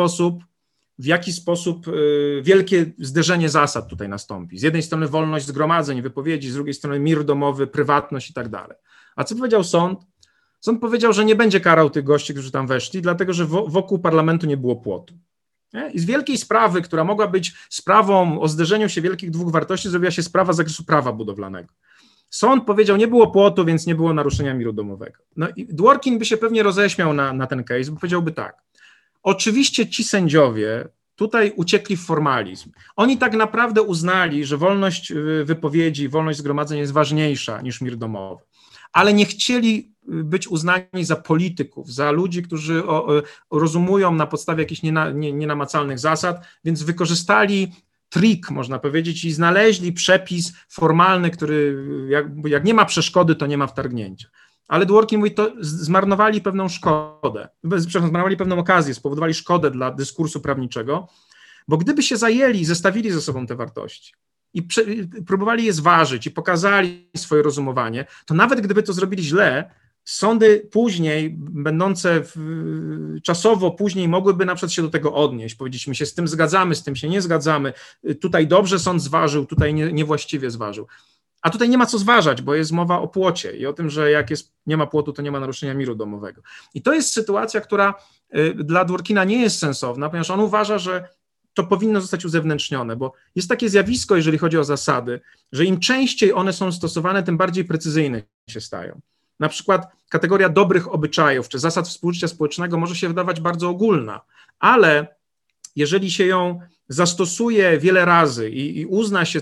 jaki sposób wielkie zderzenie zasad tutaj nastąpi. Z jednej strony wolność zgromadzeń, wypowiedzi, z drugiej strony mir domowy, prywatność i tak dalej. A co powiedział sąd? Sąd powiedział, że nie będzie karał tych gości, którzy tam weszli, dlatego że wokół parlamentu nie było płotu. Nie? I z wielkiej sprawy, która mogła być sprawą o zderzeniu się wielkich dwóch wartości, zrobiła się sprawa z zakresu prawa budowlanego. Sąd powiedział, nie było płotu, więc nie było naruszenia miru domowego. No i Dworkin by się pewnie roześmiał na ten case, bo powiedziałby tak. Oczywiście ci sędziowie tutaj uciekli w formalizm. Oni tak naprawdę uznali, że wolność wypowiedzi, wolność zgromadzeń jest ważniejsza niż mir domowy, ale nie chcieli być uznani za polityków, za ludzi, którzy rozumują na podstawie jakichś nienamacalnych zasad, więc wykorzystali trik, można powiedzieć, i znaleźli przepis formalny, który jak nie ma przeszkody, to nie ma wtargnięcia. Ale Dworkin mówi, to zmarnowali pewną szkodę, zmarnowali pewną okazję, spowodowali szkodę dla dyskursu prawniczego, bo gdyby się zajęli, zestawili ze sobą te wartości i próbowali je zważyć i pokazali swoje rozumowanie, to nawet gdyby to zrobili źle, sądy później, będące czasowo później, mogłyby na przykład się do tego odnieść, powiedzieć, my się z tym zgadzamy, z tym się nie zgadzamy, tutaj dobrze sąd zważył, tutaj niewłaściwie zważył. A tutaj nie ma co zważać, bo jest mowa o płocie i o tym, że jak nie ma płotu, to nie ma naruszenia miru domowego. I to jest sytuacja, która dla Dworkina nie jest sensowna, ponieważ on uważa, że to powinno zostać uzewnętrznione, bo jest takie zjawisko, jeżeli chodzi o zasady, że im częściej one są stosowane, tym bardziej precyzyjne się stają. Na przykład kategoria dobrych obyczajów czy zasad współżycia społecznego może się wydawać bardzo ogólna, ale jeżeli się ją zastosuje wiele razy i uzna się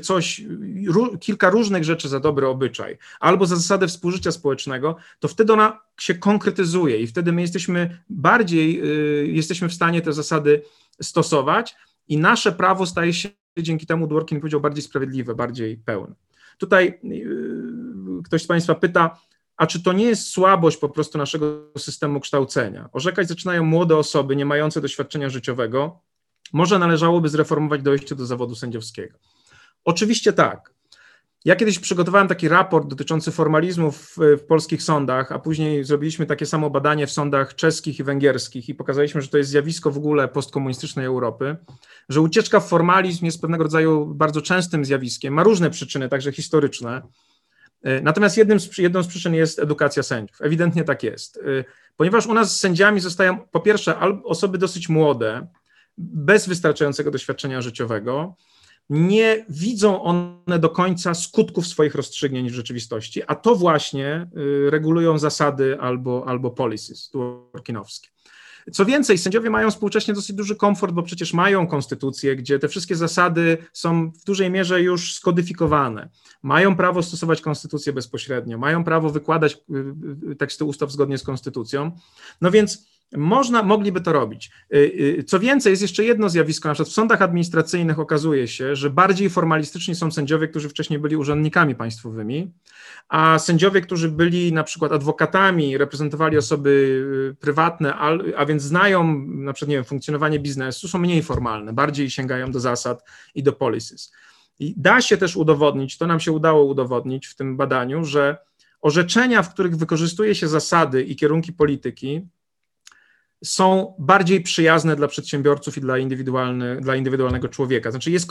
kilka różnych rzeczy za dobry obyczaj albo za zasadę współżycia społecznego, to wtedy ona się konkretyzuje i wtedy my jesteśmy w stanie te zasady stosować i nasze prawo staje się, dzięki temu Dworkin powiedział, bardziej sprawiedliwe, bardziej pełne. Tutaj ktoś z Państwa pyta, a czy to nie jest słabość po prostu naszego systemu kształcenia? Orzekać zaczynają młode osoby nie mające doświadczenia życiowego. Może należałoby zreformować dojście do zawodu sędziowskiego. Oczywiście tak. Ja kiedyś przygotowałem taki raport dotyczący formalizmu w polskich sądach, a później zrobiliśmy takie samo badanie w sądach czeskich i węgierskich i pokazaliśmy, że to jest zjawisko w ogóle postkomunistycznej Europy, że ucieczka w formalizm jest pewnego rodzaju bardzo częstym zjawiskiem, ma różne przyczyny, także historyczne. Natomiast jedną z przyczyn jest edukacja sędziów. Ewidentnie tak jest. Ponieważ u nas sędziami zostają po pierwsze osoby dosyć młode, bez wystarczającego doświadczenia życiowego, nie widzą one do końca skutków swoich rozstrzygnięć w rzeczywistości, a to właśnie regulują zasady albo policies dworkinowskie. Co więcej, sędziowie mają współcześnie dosyć duży komfort, bo przecież mają konstytucję, gdzie te wszystkie zasady są w dużej mierze już skodyfikowane. Mają prawo stosować konstytucję bezpośrednio, mają prawo wykładać teksty ustaw zgodnie z konstytucją. No więc mogliby to robić. Co więcej, jest jeszcze jedno zjawisko, na przykład w sądach administracyjnych okazuje się, że bardziej formalistyczni są sędziowie, którzy wcześniej byli urzędnikami państwowymi, a sędziowie, którzy byli na przykład adwokatami, reprezentowali osoby prywatne, a więc znają na przykład, nie wiem, funkcjonowanie biznesu, są mniej formalne, bardziej sięgają do zasad i do policies. I da się też udowodnić, to nam się udało udowodnić w tym badaniu, że orzeczenia, w których wykorzystuje się zasady i kierunki polityki, są bardziej przyjazne dla przedsiębiorców i dla indywidualnego człowieka. Znaczy jest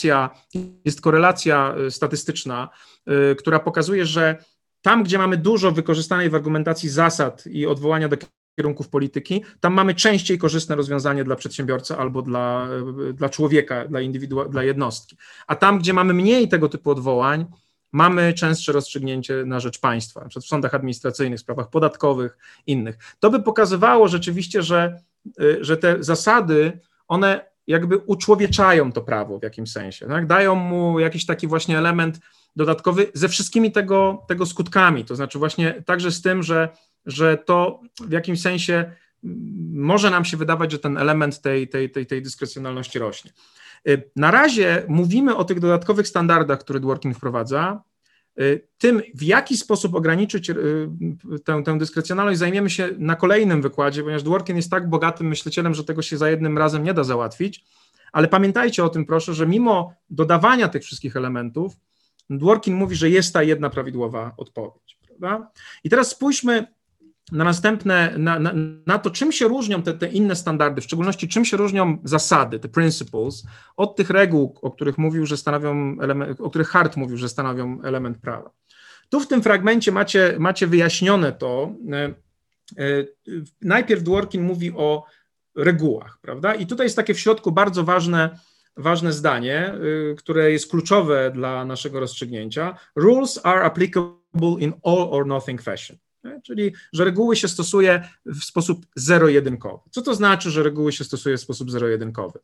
korelacja statystyczna, która pokazuje, że tam, gdzie mamy dużo wykorzystanej w argumentacji zasad i odwołania do kierunków polityki, tam mamy częściej korzystne rozwiązanie dla przedsiębiorcy albo dla człowieka, dla jednostki. A tam, gdzie mamy mniej tego typu odwołań, mamy częstsze rozstrzygnięcie na rzecz państwa, na przykład w sądach administracyjnych, sprawach podatkowych, innych. To by pokazywało rzeczywiście, że te zasady, one jakby uczłowieczają to prawo w jakimś sensie, tak? Dają mu jakiś taki właśnie element dodatkowy ze wszystkimi tego skutkami, to znaczy właśnie także z tym, że to w jakimś sensie może nam się wydawać, że ten element tej dyskrecjonalności rośnie. Na razie mówimy o tych dodatkowych standardach, które Dworkin wprowadza. Tym, w jaki sposób ograniczyć tę dyskrecjonalność, zajmiemy się na kolejnym wykładzie, ponieważ Dworkin jest tak bogatym myślicielem, że tego się za jednym razem nie da załatwić, Ale pamiętajcie o tym, proszę, że mimo dodawania tych wszystkich elementów, Dworkin mówi, że jest ta jedna prawidłowa odpowiedź. Prawda? I teraz spójrzmy na następne, na to, czym się różnią te inne standardy, w szczególności czym się różnią zasady, te principles, od tych reguł, o których mówił, że stanowią o których Hart mówił, że stanowią element prawa. Tu w tym fragmencie macie wyjaśnione to. Najpierw Dworkin mówi o regułach, prawda? I tutaj jest takie w środku bardzo ważne zdanie, które jest kluczowe dla naszego rozstrzygnięcia. Rules are applicable in all or nothing fashion. Czyli, że reguły się stosuje w sposób zero-jedynkowy. Co to znaczy, że reguły się stosuje w sposób zero-jedynkowy?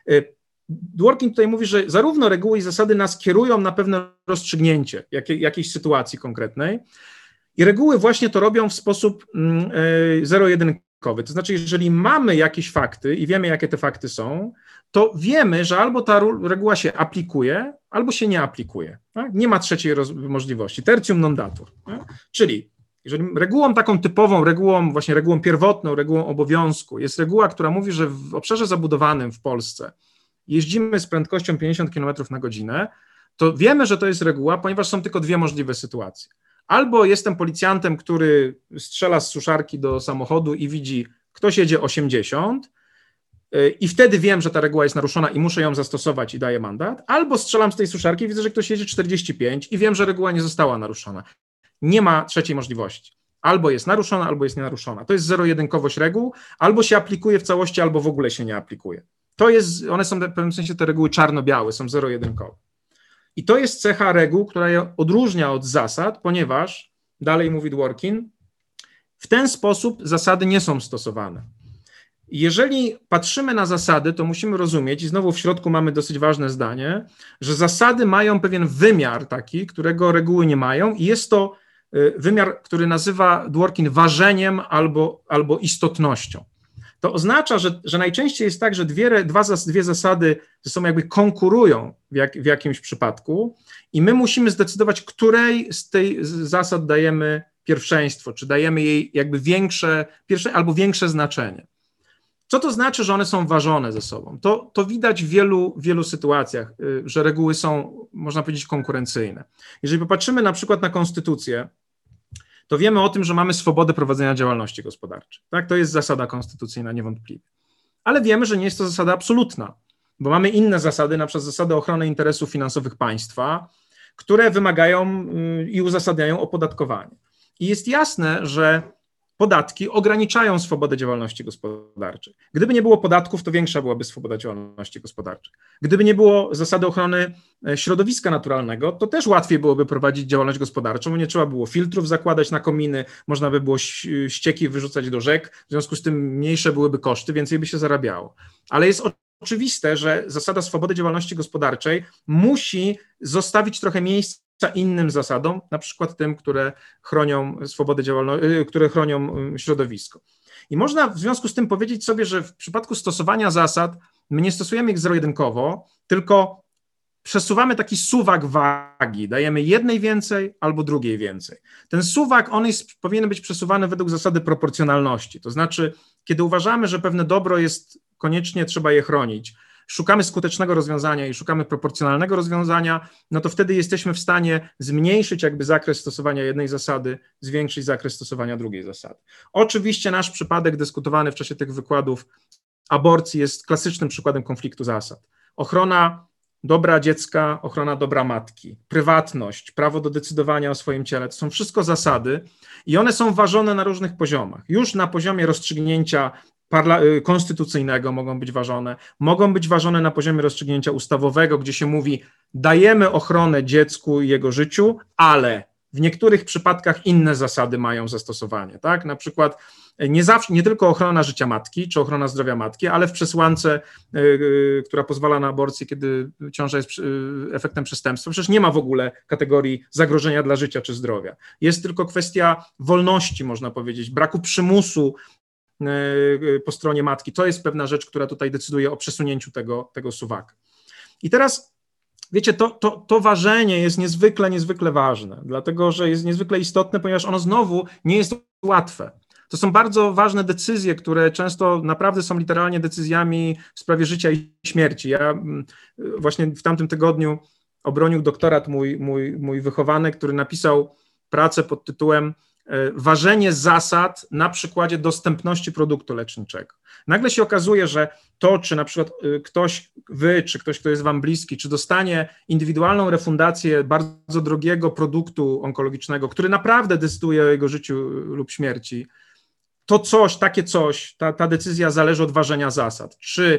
Dworkin tutaj mówi, że zarówno reguły i zasady nas kierują na pewne rozstrzygnięcie jakiejś sytuacji konkretnej i reguły właśnie to robią w sposób zero-jedynkowy. To znaczy, jeżeli mamy jakieś fakty i wiemy, jakie te fakty są, to wiemy, że albo ta reguła się aplikuje, albo się nie aplikuje. Tak? Nie ma trzeciej możliwości. Tertium non datur. Tak? Czyli jeżeli regułą taką typową, właśnie regułą pierwotną, regułą obowiązku jest reguła, która mówi, że w obszarze zabudowanym w Polsce jeździmy z prędkością 50 km na godzinę, to wiemy, że to jest reguła, ponieważ są tylko dwie możliwe sytuacje. Albo jestem policjantem, który strzela z suszarki do samochodu i widzi, ktoś jedzie 80 i wtedy wiem, że ta reguła jest naruszona i muszę ją zastosować i daję mandat, albo strzelam z tej suszarki i widzę, że ktoś jedzie 45 i wiem, że reguła nie została naruszona. Nie ma trzeciej możliwości. Albo jest naruszona, albo jest nienaruszona. To jest zero-jedynkowość reguł, albo się aplikuje w całości, albo w ogóle się nie aplikuje. One są w pewnym sensie te reguły czarno-białe, są zero-jedynkowe. I to jest cecha reguł, która je odróżnia od zasad, ponieważ, dalej mówi Dworkin, w ten sposób zasady nie są stosowane. Jeżeli patrzymy na zasady, to musimy rozumieć, i znowu w środku mamy dosyć ważne zdanie, że zasady mają pewien wymiar taki, którego reguły nie mają i jest to wymiar, który nazywa Dworkin ważeniem albo istotnością. To oznacza, że najczęściej jest tak, że dwie zasady ze sobą jakby konkurują w jakimś przypadku i my musimy zdecydować, której z tych zasad dajemy pierwszeństwo, czy dajemy jej jakby większe znaczenie. Co to znaczy, że one są ważone ze sobą? To widać w wielu sytuacjach, że reguły są, można powiedzieć, konkurencyjne. Jeżeli popatrzymy na przykład na konstytucję, to wiemy o tym, że mamy swobodę prowadzenia działalności gospodarczej. Tak? To jest zasada konstytucyjna niewątpliwie. Ale wiemy, że nie jest to zasada absolutna, bo mamy inne zasady, na przykład zasady ochrony interesów finansowych państwa, które wymagają i uzasadniają opodatkowanie. I jest jasne, że podatki ograniczają swobodę działalności gospodarczej. Gdyby nie było podatków, to większa byłaby swoboda działalności gospodarczej. Gdyby nie było zasady ochrony środowiska naturalnego, to też łatwiej byłoby prowadzić działalność gospodarczą, bo nie trzeba było filtrów zakładać na kominy, można by było ścieki wyrzucać do rzek, w związku z tym mniejsze byłyby koszty, więcej by się zarabiało. Ale jest oczywiste, że zasada swobody działalności gospodarczej musi zostawić trochę miejsca innym zasadom, na przykład tym, które chronią swobodę działalności, które chronią środowisko. I można w związku z tym powiedzieć sobie, że w przypadku stosowania zasad my nie stosujemy ich zero-jedynkowo, tylko przesuwamy taki suwak wagi, dajemy jednej więcej albo drugiej więcej. Ten suwak, powinien być przesuwany według zasady proporcjonalności, to znaczy, kiedy uważamy, że pewne dobro jest koniecznie, trzeba je chronić, szukamy skutecznego rozwiązania i szukamy proporcjonalnego rozwiązania, no to wtedy jesteśmy w stanie zmniejszyć jakby zakres stosowania jednej zasady, zwiększyć zakres stosowania drugiej zasady. Oczywiście nasz przypadek dyskutowany w czasie tych wykładów aborcji jest klasycznym przykładem konfliktu zasad. Ochrona dobra dziecka, ochrona dobra matki, prywatność, prawo do decydowania o swoim ciele, to są wszystko zasady i one są ważone na różnych poziomach. Już na poziomie rozstrzygnięcia konstytucyjnego mogą być ważone na poziomie rozstrzygnięcia ustawowego, gdzie się mówi, dajemy ochronę dziecku i jego życiu, ale w niektórych przypadkach inne zasady mają zastosowanie, tak? Na przykład nie tylko ochrona życia matki, czy ochrona zdrowia matki, ale w przesłance, która pozwala na aborcję, kiedy ciąża jest efektem przestępstwa, przecież nie ma w ogóle kategorii zagrożenia dla życia czy zdrowia. Jest tylko kwestia wolności, można powiedzieć, braku przymusu po stronie matki. To jest pewna rzecz, która tutaj decyduje o przesunięciu tego suwaka. I teraz, wiecie, to ważenie jest niezwykle ważne, dlatego że jest niezwykle istotne, ponieważ ono znowu nie jest łatwe. To są bardzo ważne decyzje, które często naprawdę są literalnie decyzjami w sprawie życia i śmierci. Ja właśnie w tamtym tygodniu obronił doktorat mój wychowanek, który napisał pracę pod tytułem Ważenie zasad na przykładzie dostępności produktu leczniczego. Nagle się okazuje, że to, czy na przykład wy, czy ktoś, kto jest wam bliski, czy dostanie indywidualną refundację bardzo drogiego produktu onkologicznego, który naprawdę decyduje o jego życiu lub śmierci, to takie coś, ta decyzja zależy od ważenia zasad.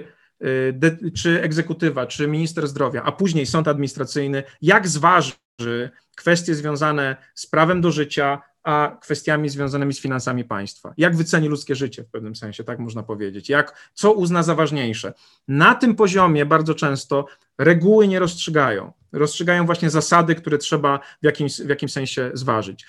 Czy egzekutywa, czy minister zdrowia, a później sąd administracyjny, jak zważy kwestie związane z prawem do życia, a kwestiami związanymi z finansami państwa. Jak wyceni ludzkie życie w pewnym sensie, tak można powiedzieć. Co uzna za ważniejsze. Na tym poziomie bardzo często reguły nie rozstrzygają. Rozstrzygają właśnie zasady, które trzeba w jakimś sensie zważyć.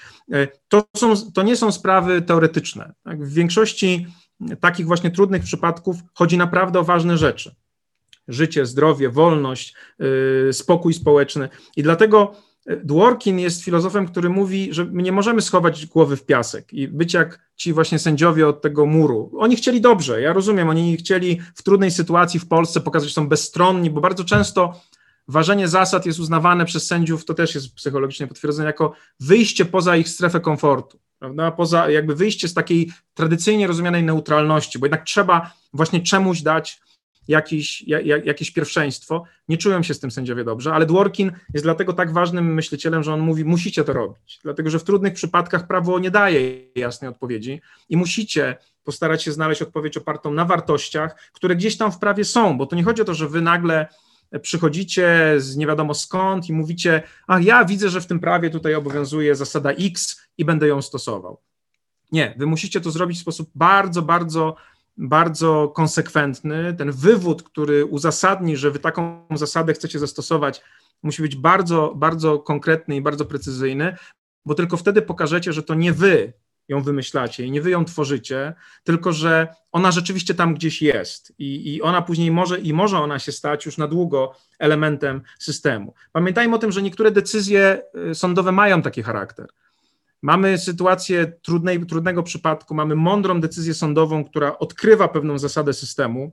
To nie są sprawy teoretyczne. Tak? W większości takich właśnie trudnych przypadków chodzi naprawdę o ważne rzeczy. Życie, zdrowie, wolność, spokój społeczny. I dlatego Dworkin jest filozofem, który mówi, że my nie możemy schować głowy w piasek i być jak ci właśnie sędziowie od tego muru. Oni chcieli dobrze, ja rozumiem, oni chcieli w trudnej sytuacji w Polsce pokazać, że są bezstronni, bo bardzo często ważenie zasad jest uznawane przez sędziów, to też jest psychologicznie potwierdzone, jako wyjście poza ich strefę komfortu, prawda? Poza jakby wyjście z takiej tradycyjnie rozumianej neutralności, bo jednak trzeba właśnie czemuś dać jakieś pierwszeństwo. Nie czują się z tym sędziowie dobrze, ale Dworkin jest dlatego tak ważnym myślicielem, że on mówi, musicie to robić, dlatego że w trudnych przypadkach prawo nie daje jasnej odpowiedzi i musicie postarać się znaleźć odpowiedź opartą na wartościach, które gdzieś tam w prawie są, bo to nie chodzi o to, że wy nagle przychodzicie z nie wiadomo skąd i mówicie, ja widzę, że w tym prawie tutaj obowiązuje zasada X i będę ją stosował. Nie, wy musicie to zrobić w sposób bardzo, bardzo, bardzo konsekwentny. Ten wywód, który uzasadni, że wy taką zasadę chcecie zastosować, musi być bardzo, bardzo konkretny i bardzo precyzyjny, bo tylko wtedy pokażecie, że to nie wy ją wymyślacie i nie wy ją tworzycie, tylko że ona rzeczywiście tam gdzieś jest i ona później może ona się stać już na długo elementem systemu. Pamiętajmy o tym, że niektóre decyzje sądowe mają taki charakter. Mamy sytuację trudnego przypadku, mamy mądrą decyzję sądową, która odkrywa pewną zasadę systemu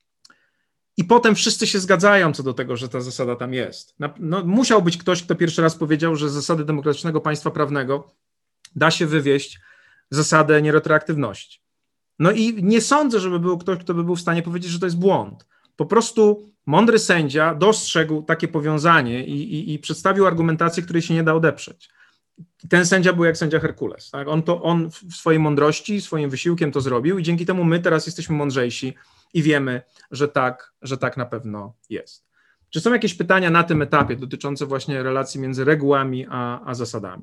i potem wszyscy się zgadzają co do tego, że ta zasada tam jest. Musiał być ktoś, kto pierwszy raz powiedział, że z zasady demokratycznego państwa prawnego da się wywieść zasadę nieretroaktywności. No i nie sądzę, żeby był ktoś, kto by był w stanie powiedzieć, że to jest błąd. Po prostu mądry sędzia dostrzegł takie powiązanie i przedstawił argumentację, której się nie da odeprzeć. Ten sędzia był jak sędzia Herkules. Tak? On w swojej mądrości, swoim wysiłkiem to zrobił i dzięki temu my teraz jesteśmy mądrzejsi i wiemy, że tak na pewno jest. Czy są jakieś pytania na tym etapie dotyczące właśnie relacji między regułami a zasadami?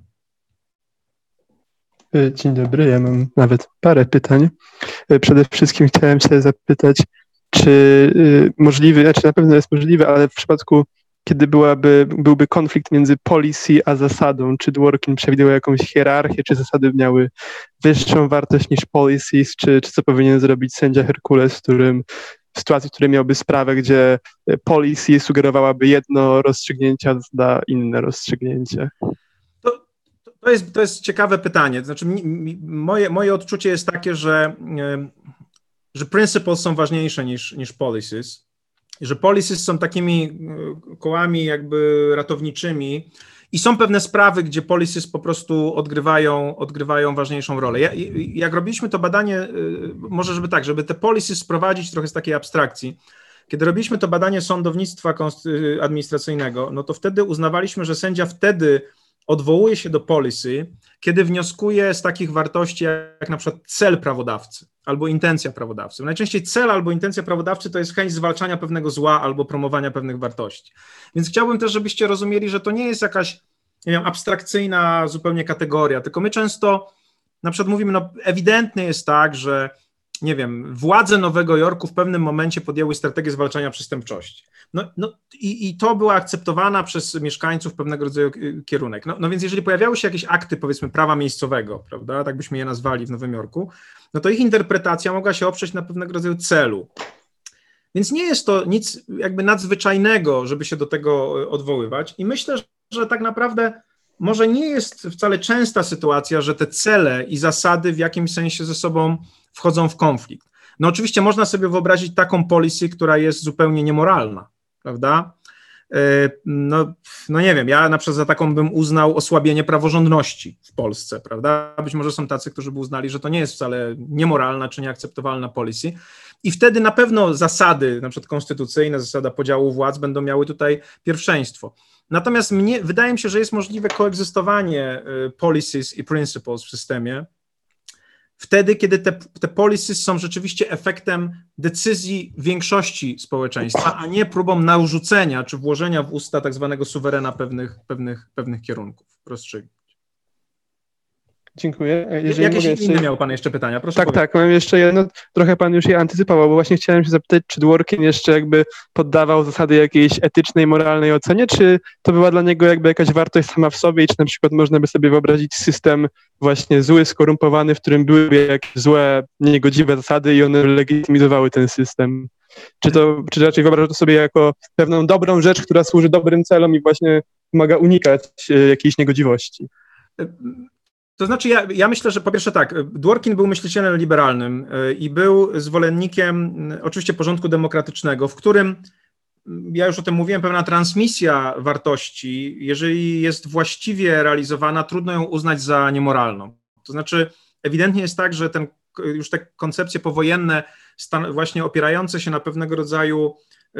Dzień dobry, ja mam nawet parę pytań. Przede wszystkim chciałem się zapytać, czy na pewno jest możliwe, ale w przypadku, kiedy byłby konflikt między policy a zasadą, czy Dworkin przewidywał jakąś hierarchię, czy zasady miały wyższą wartość niż policies, czy co powinien zrobić sędzia Herkules, w sytuacji, w której miałby sprawę, gdzie policy sugerowałaby jedno rozstrzygnięcie, a zasada inne rozstrzygnięcie? To jest ciekawe pytanie. To znaczy, moje odczucie jest takie, że principles są ważniejsze niż policies, że policies są takimi kołami jakby ratowniczymi i są pewne sprawy, gdzie policies po prostu odgrywają ważniejszą rolę. Jak robiliśmy to badanie, może żeby te policies sprowadzić trochę z takiej abstrakcji, kiedy robiliśmy to badanie sądownictwa administracyjnego, no to wtedy uznawaliśmy, że sędzia wtedy odwołuje się do policy, kiedy wnioskuje z takich wartości jak na przykład cel prawodawcy albo intencja prawodawcy. Najczęściej cel albo intencja prawodawcy to jest chęć zwalczania pewnego zła albo promowania pewnych wartości. Więc chciałbym też, żebyście rozumieli, że to nie jest jakaś, nie wiem, abstrakcyjna zupełnie kategoria, tylko my często na przykład mówimy, ewidentnie jest tak, że nie wiem, władze Nowego Jorku w pewnym momencie podjęły strategię zwalczania przestępczości. I to była akceptowana przez mieszkańców pewnego rodzaju kierunek. No więc jeżeli pojawiały się jakieś akty, powiedzmy, prawa miejscowego, prawda, tak byśmy je nazwali w Nowym Jorku, no to ich interpretacja mogła się oprzeć na pewnego rodzaju celu. Więc nie jest to nic jakby nadzwyczajnego, żeby się do tego odwoływać i myślę, że tak naprawdę może nie jest wcale częsta sytuacja, że te cele i zasady w jakimś sensie ze sobą wchodzą w konflikt. No oczywiście można sobie wyobrazić taką policy, która jest zupełnie niemoralna, prawda? No nie wiem, ja na przykład za taką bym uznał osłabienie praworządności w Polsce, prawda? Być może są tacy, którzy by uznali, że to nie jest wcale niemoralna czy nieakceptowalna policy i wtedy na pewno zasady, na przykład konstytucyjne, zasada podziału władz będą miały tutaj pierwszeństwo. Natomiast wydaje mi się, że jest możliwe koegzystowanie policies i principles w systemie, wtedy, kiedy te policies są rzeczywiście efektem decyzji większości społeczeństwa, a nie próbą narzucenia czy włożenia w usta tak zwanego suwerena pewnych kierunków, rozstrzygnięć. Dziękuję. Jakieś inne miał pan jeszcze pytania? Proszę tak, powiedzieć. tak, mam jeszcze jedno, trochę pan już je antycypował, bo właśnie chciałem się zapytać, czy Dworkin jeszcze jakby poddawał zasady jakiejś etycznej, moralnej ocenie, czy to była dla niego jakby jakaś wartość sama w sobie i czy na przykład można by sobie wyobrazić system właśnie zły, skorumpowany, w którym byłyby jakieś złe, niegodziwe zasady i one legitymizowały ten system? Czy raczej wyobraża to sobie jako pewną dobrą rzecz, która służy dobrym celom i właśnie pomaga unikać jakiejś niegodziwości? To znaczy ja myślę, że po pierwsze tak, Dworkin był myślicielem liberalnym i był zwolennikiem oczywiście porządku demokratycznego, w którym, ja już o tym mówiłem, pewna transmisja wartości, jeżeli jest właściwie realizowana, trudno ją uznać za niemoralną. To znaczy ewidentnie jest tak, że już te koncepcje powojenne, właśnie opierające się na pewnego rodzaju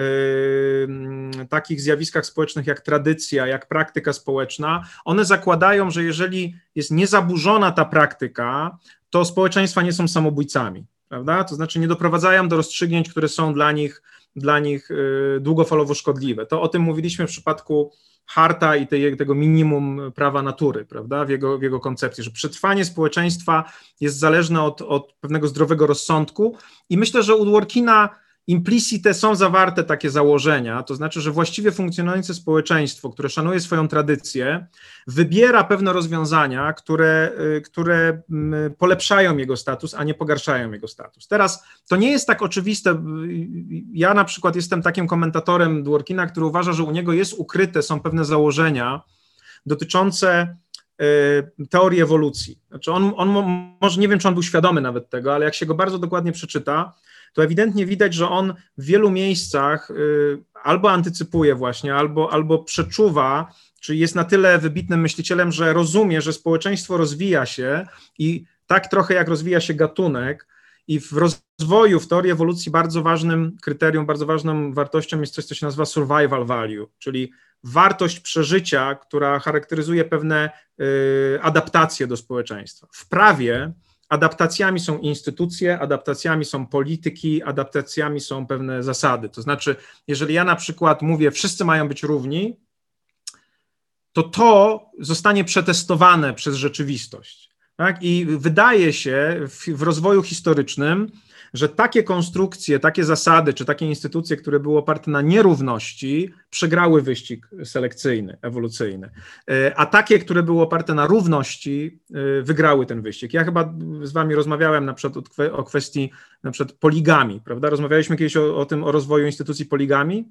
takich zjawiskach społecznych jak tradycja, jak praktyka społeczna, one zakładają, że jeżeli jest niezaburzona ta praktyka, to społeczeństwa nie są samobójcami, prawda? To znaczy nie doprowadzają do rozstrzygnięć, które są dla nich długofalowo szkodliwe. To o tym mówiliśmy w przypadku Harta i tego minimum prawa natury, prawda? W jego koncepcji, że przetrwanie społeczeństwa jest zależne od pewnego zdrowego rozsądku i myślę, że u Dworkina implicite są zawarte takie założenia, to znaczy, że właściwie funkcjonujące społeczeństwo, które szanuje swoją tradycję, wybiera pewne rozwiązania, które polepszają jego status, a nie pogarszają jego status. Teraz to nie jest tak oczywiste. Ja na przykład jestem takim komentatorem Dworkina, który uważa, że u niego są pewne założenia dotyczące teorii ewolucji. Znaczy on może, nie wiem, czy on był świadomy nawet tego, ale jak się go bardzo dokładnie przeczyta, to ewidentnie widać, że on w wielu miejscach albo antycypuje właśnie, albo przeczuwa, czy jest na tyle wybitnym myślicielem, że rozumie, że społeczeństwo rozwija się i tak trochę jak rozwija się gatunek i w rozwoju, w teorii ewolucji bardzo ważnym kryterium, bardzo ważną wartością jest coś, co się nazywa survival value, czyli wartość przeżycia, która charakteryzuje pewne adaptacje do społeczeństwa. W prawie adaptacjami są instytucje, adaptacjami są polityki, adaptacjami są pewne zasady. To znaczy, jeżeli ja na przykład mówię, wszyscy mają być równi, to zostanie przetestowane przez rzeczywistość. Tak? I wydaje się w rozwoju historycznym, że takie konstrukcje, takie zasady, czy takie instytucje, które były oparte na nierówności, przegrały wyścig selekcyjny, ewolucyjny, a takie, które były oparte na równości, wygrały ten wyścig. Ja chyba z wami rozmawiałem na przykład o kwestii na przykład poligami, prawda? Rozmawialiśmy kiedyś o rozwoju instytucji poligami.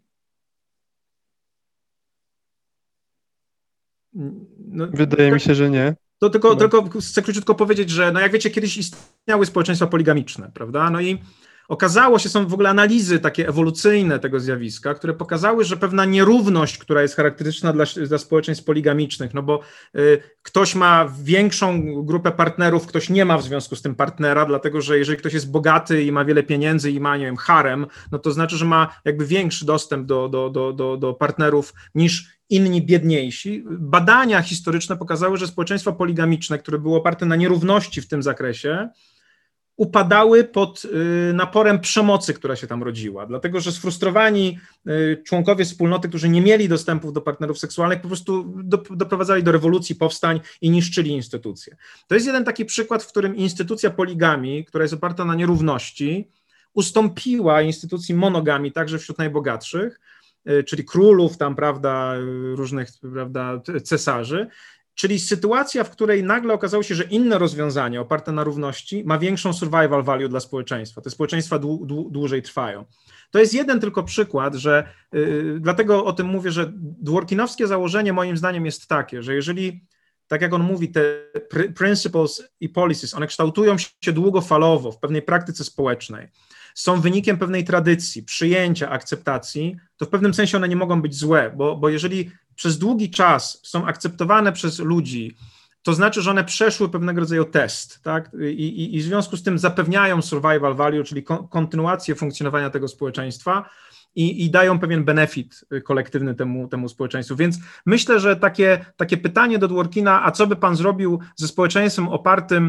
No, wydaje mi się, że nie. To tylko chcę króciutko powiedzieć, że no jak wiecie, kiedyś istniały społeczeństwa poligamiczne, prawda? No i okazało się, są w ogóle analizy takie ewolucyjne tego zjawiska, które pokazały, że pewna nierówność, która jest charakterystyczna dla społeczeństw poligamicznych, no bo ktoś ma większą grupę partnerów, ktoś nie ma w związku z tym partnera, dlatego że jeżeli ktoś jest bogaty i ma wiele pieniędzy i ma, nie wiem, harem, no to znaczy, że ma jakby większy dostęp do partnerów niż inni biedniejsi. Badania historyczne pokazały, że społeczeństwa poligamiczne, które były oparte na nierówności w tym zakresie, upadały pod naporem przemocy, która się tam rodziła, dlatego że sfrustrowani członkowie wspólnoty, którzy nie mieli dostępów do partnerów seksualnych, po prostu doprowadzali do rewolucji, powstań i niszczyli instytucje. To jest jeden taki przykład, w którym instytucja poligami, która jest oparta na nierówności, ustąpiła instytucji monogami także wśród najbogatszych, czyli królów tam, prawda, różnych, prawda, cesarzy, czyli sytuacja, w której nagle okazało się, że inne rozwiązanie oparte na równości ma większą survival value dla społeczeństwa. Te społeczeństwa dłużej trwają. To jest jeden tylko przykład, że dlatego o tym mówię, że dworkinowskie założenie moim zdaniem jest takie, że jeżeli tak jak on mówi, te principles i policies, one kształtują się długofalowo w pewnej praktyce społecznej, są wynikiem pewnej tradycji, przyjęcia, akceptacji, to w pewnym sensie one nie mogą być złe, bo jeżeli przez długi czas są akceptowane przez ludzi, to znaczy, że one przeszły pewnego rodzaju test, tak? I w związku z tym zapewniają survival value, czyli kontynuację funkcjonowania tego społeczeństwa i dają pewien benefit kolektywny temu społeczeństwu. Więc myślę, że takie pytanie do Dworkina, a co by pan zrobił ze społeczeństwem opartym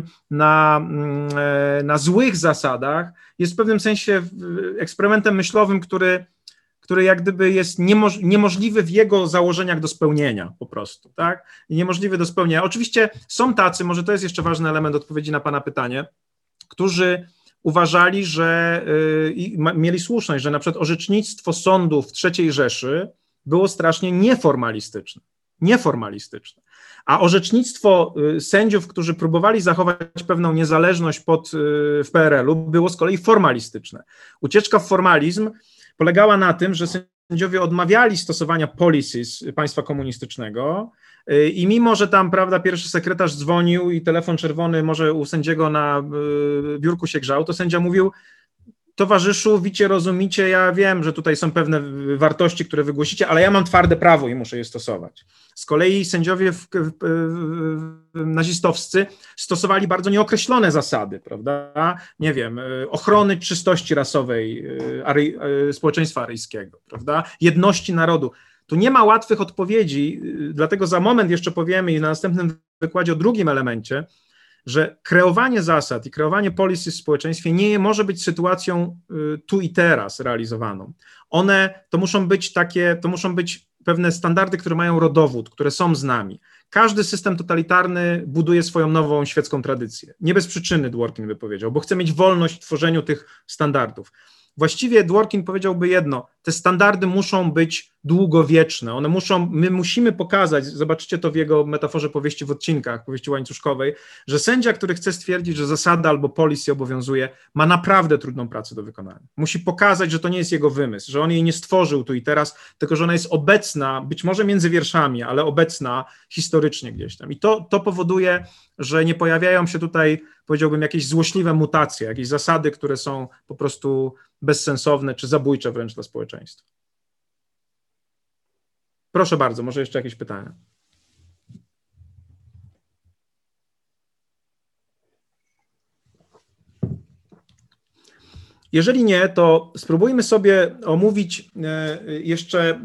na złych zasadach, jest w pewnym sensie eksperymentem myślowym, który jak gdyby jest niemożliwy w jego założeniach do spełnienia po prostu, tak? Niemożliwy do spełnienia. Oczywiście są tacy, może to jest jeszcze ważny element odpowiedzi na pana pytanie, którzy uważali, że i mieli słuszność, że na przykład orzecznictwo sądów III Rzeszy było strasznie nieformalistyczne. A orzecznictwo sędziów, którzy próbowali zachować pewną niezależność w PRL-u, było z kolei formalistyczne. Ucieczka w formalizm polegała na tym, że sędziowie odmawiali stosowania policies państwa komunistycznego i mimo, że tam, prawda, pierwszy sekretarz dzwonił i telefon czerwony może u sędziego na biurku się grzał, to sędzia mówił: towarzyszu, wicie, rozumicie, ja wiem, że tutaj są pewne wartości, które wygłosicie, ale ja mam twarde prawo i muszę je stosować. Z kolei sędziowie nazistowscy stosowali bardzo nieokreślone zasady, prawda, nie wiem, ochrony czystości rasowej społeczeństwa aryjskiego, prawda, jedności narodu. Tu nie ma łatwych odpowiedzi, dlatego za moment jeszcze powiemy i na następnym wykładzie o drugim elemencie, że kreowanie zasad i kreowanie policy w społeczeństwie nie może być sytuacją tu i teraz realizowaną. To muszą być pewne standardy, które mają rodowód, które są z nami. Każdy system totalitarny buduje swoją nową świecką tradycję. Nie bez przyczyny Dworkin by powiedział, bo chce mieć wolność w tworzeniu tych standardów. Właściwie Dworkin powiedziałby jedno: te standardy muszą być długowieczne, my musimy pokazać, zobaczycie to w jego metaforze powieści w odcinkach, powieści łańcuszkowej, że sędzia, który chce stwierdzić, że zasada albo policy obowiązuje, ma naprawdę trudną pracę do wykonania. Musi pokazać, że to nie jest jego wymysł, że on jej nie stworzył tu i teraz, tylko że ona jest obecna, być może między wierszami, ale obecna historycznie gdzieś tam. I to powoduje, że nie pojawiają się tutaj, powiedziałbym, jakieś złośliwe mutacje, jakieś zasady, które są po prostu bezsensowne czy zabójcze wręcz dla społeczeństwa. Proszę bardzo, może jeszcze jakieś pytania? Jeżeli nie, to spróbujmy sobie omówić jeszcze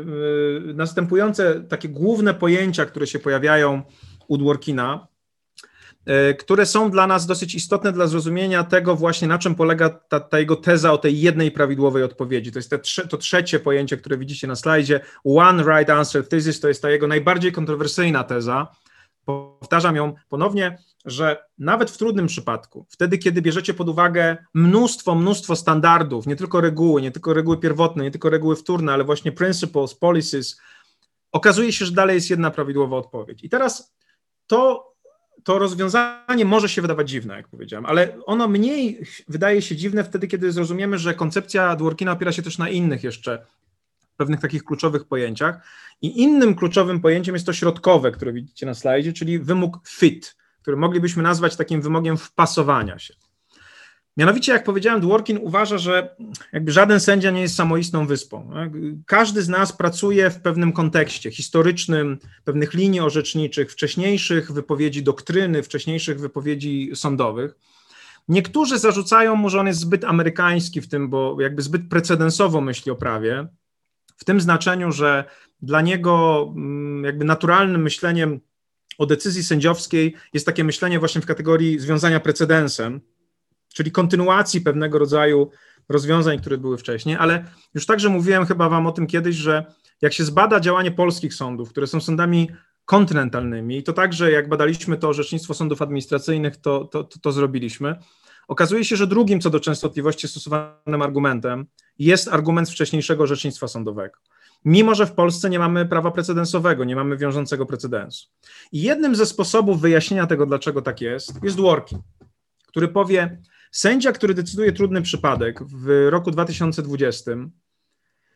następujące takie główne pojęcia, które się pojawiają u Dworkina, które są dla nas dosyć istotne dla zrozumienia tego właśnie, na czym polega ta jego teza o tej jednej prawidłowej odpowiedzi. To jest to trzecie pojęcie, które widzicie na slajdzie. One right answer thesis to jest ta jego najbardziej kontrowersyjna teza. Powtarzam ją ponownie, że nawet w trudnym przypadku, wtedy kiedy bierzecie pod uwagę mnóstwo standardów, nie tylko reguły pierwotne, nie tylko reguły wtórne, ale właśnie principles, policies, okazuje się, że dalej jest jedna prawidłowa odpowiedź. I teraz to rozwiązanie może się wydawać dziwne, jak powiedziałem, ale ono mniej wydaje się dziwne wtedy, kiedy zrozumiemy, że koncepcja Dworkina opiera się też na innych jeszcze pewnych takich kluczowych pojęciach. I innym kluczowym pojęciem jest to środkowe, które widzicie na slajdzie, czyli wymóg fit, który moglibyśmy nazwać takim wymogiem wpasowania się. Mianowicie, jak powiedziałem, Dworkin uważa, że jakby żaden sędzia nie jest samoistną wyspą. Każdy z nas pracuje w pewnym kontekście historycznym, pewnych linii orzeczniczych, wcześniejszych wypowiedzi doktryny, wcześniejszych wypowiedzi sądowych. Niektórzy zarzucają mu, że on jest zbyt amerykański w tym, bo jakby zbyt precedensowo myśli o prawie, w tym znaczeniu, że dla niego jakby naturalnym myśleniem o decyzji sędziowskiej jest takie myślenie właśnie w kategorii związania precedensem, czyli kontynuacji pewnego rodzaju rozwiązań, które były wcześniej, ale już także mówiłem chyba wam o tym kiedyś, że jak się zbada działanie polskich sądów, które są sądami kontynentalnymi, i to także jak badaliśmy to orzecznictwo sądów administracyjnych, to zrobiliśmy, okazuje się, że drugim co do częstotliwości stosowanym argumentem jest argument wcześniejszego orzecznictwa sądowego. Mimo że w Polsce nie mamy prawa precedensowego, nie mamy wiążącego precedensu. I jednym ze sposobów wyjaśnienia tego, dlaczego tak jest Dworkin, który powie: sędzia, który decyduje trudny przypadek w roku 2020,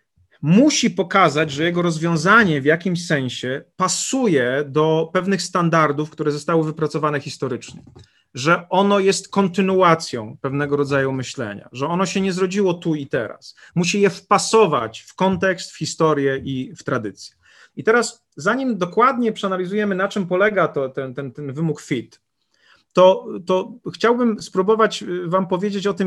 musi pokazać, że jego rozwiązanie w jakimś sensie pasuje do pewnych standardów, które zostały wypracowane historycznie, że ono jest kontynuacją pewnego rodzaju myślenia, że ono się nie zrodziło tu i teraz. Musi je wpasować w kontekst, w historię i w tradycję. I teraz, zanim dokładnie przeanalizujemy, na czym polega ten wymóg fit, to chciałbym spróbować wam powiedzieć o tym,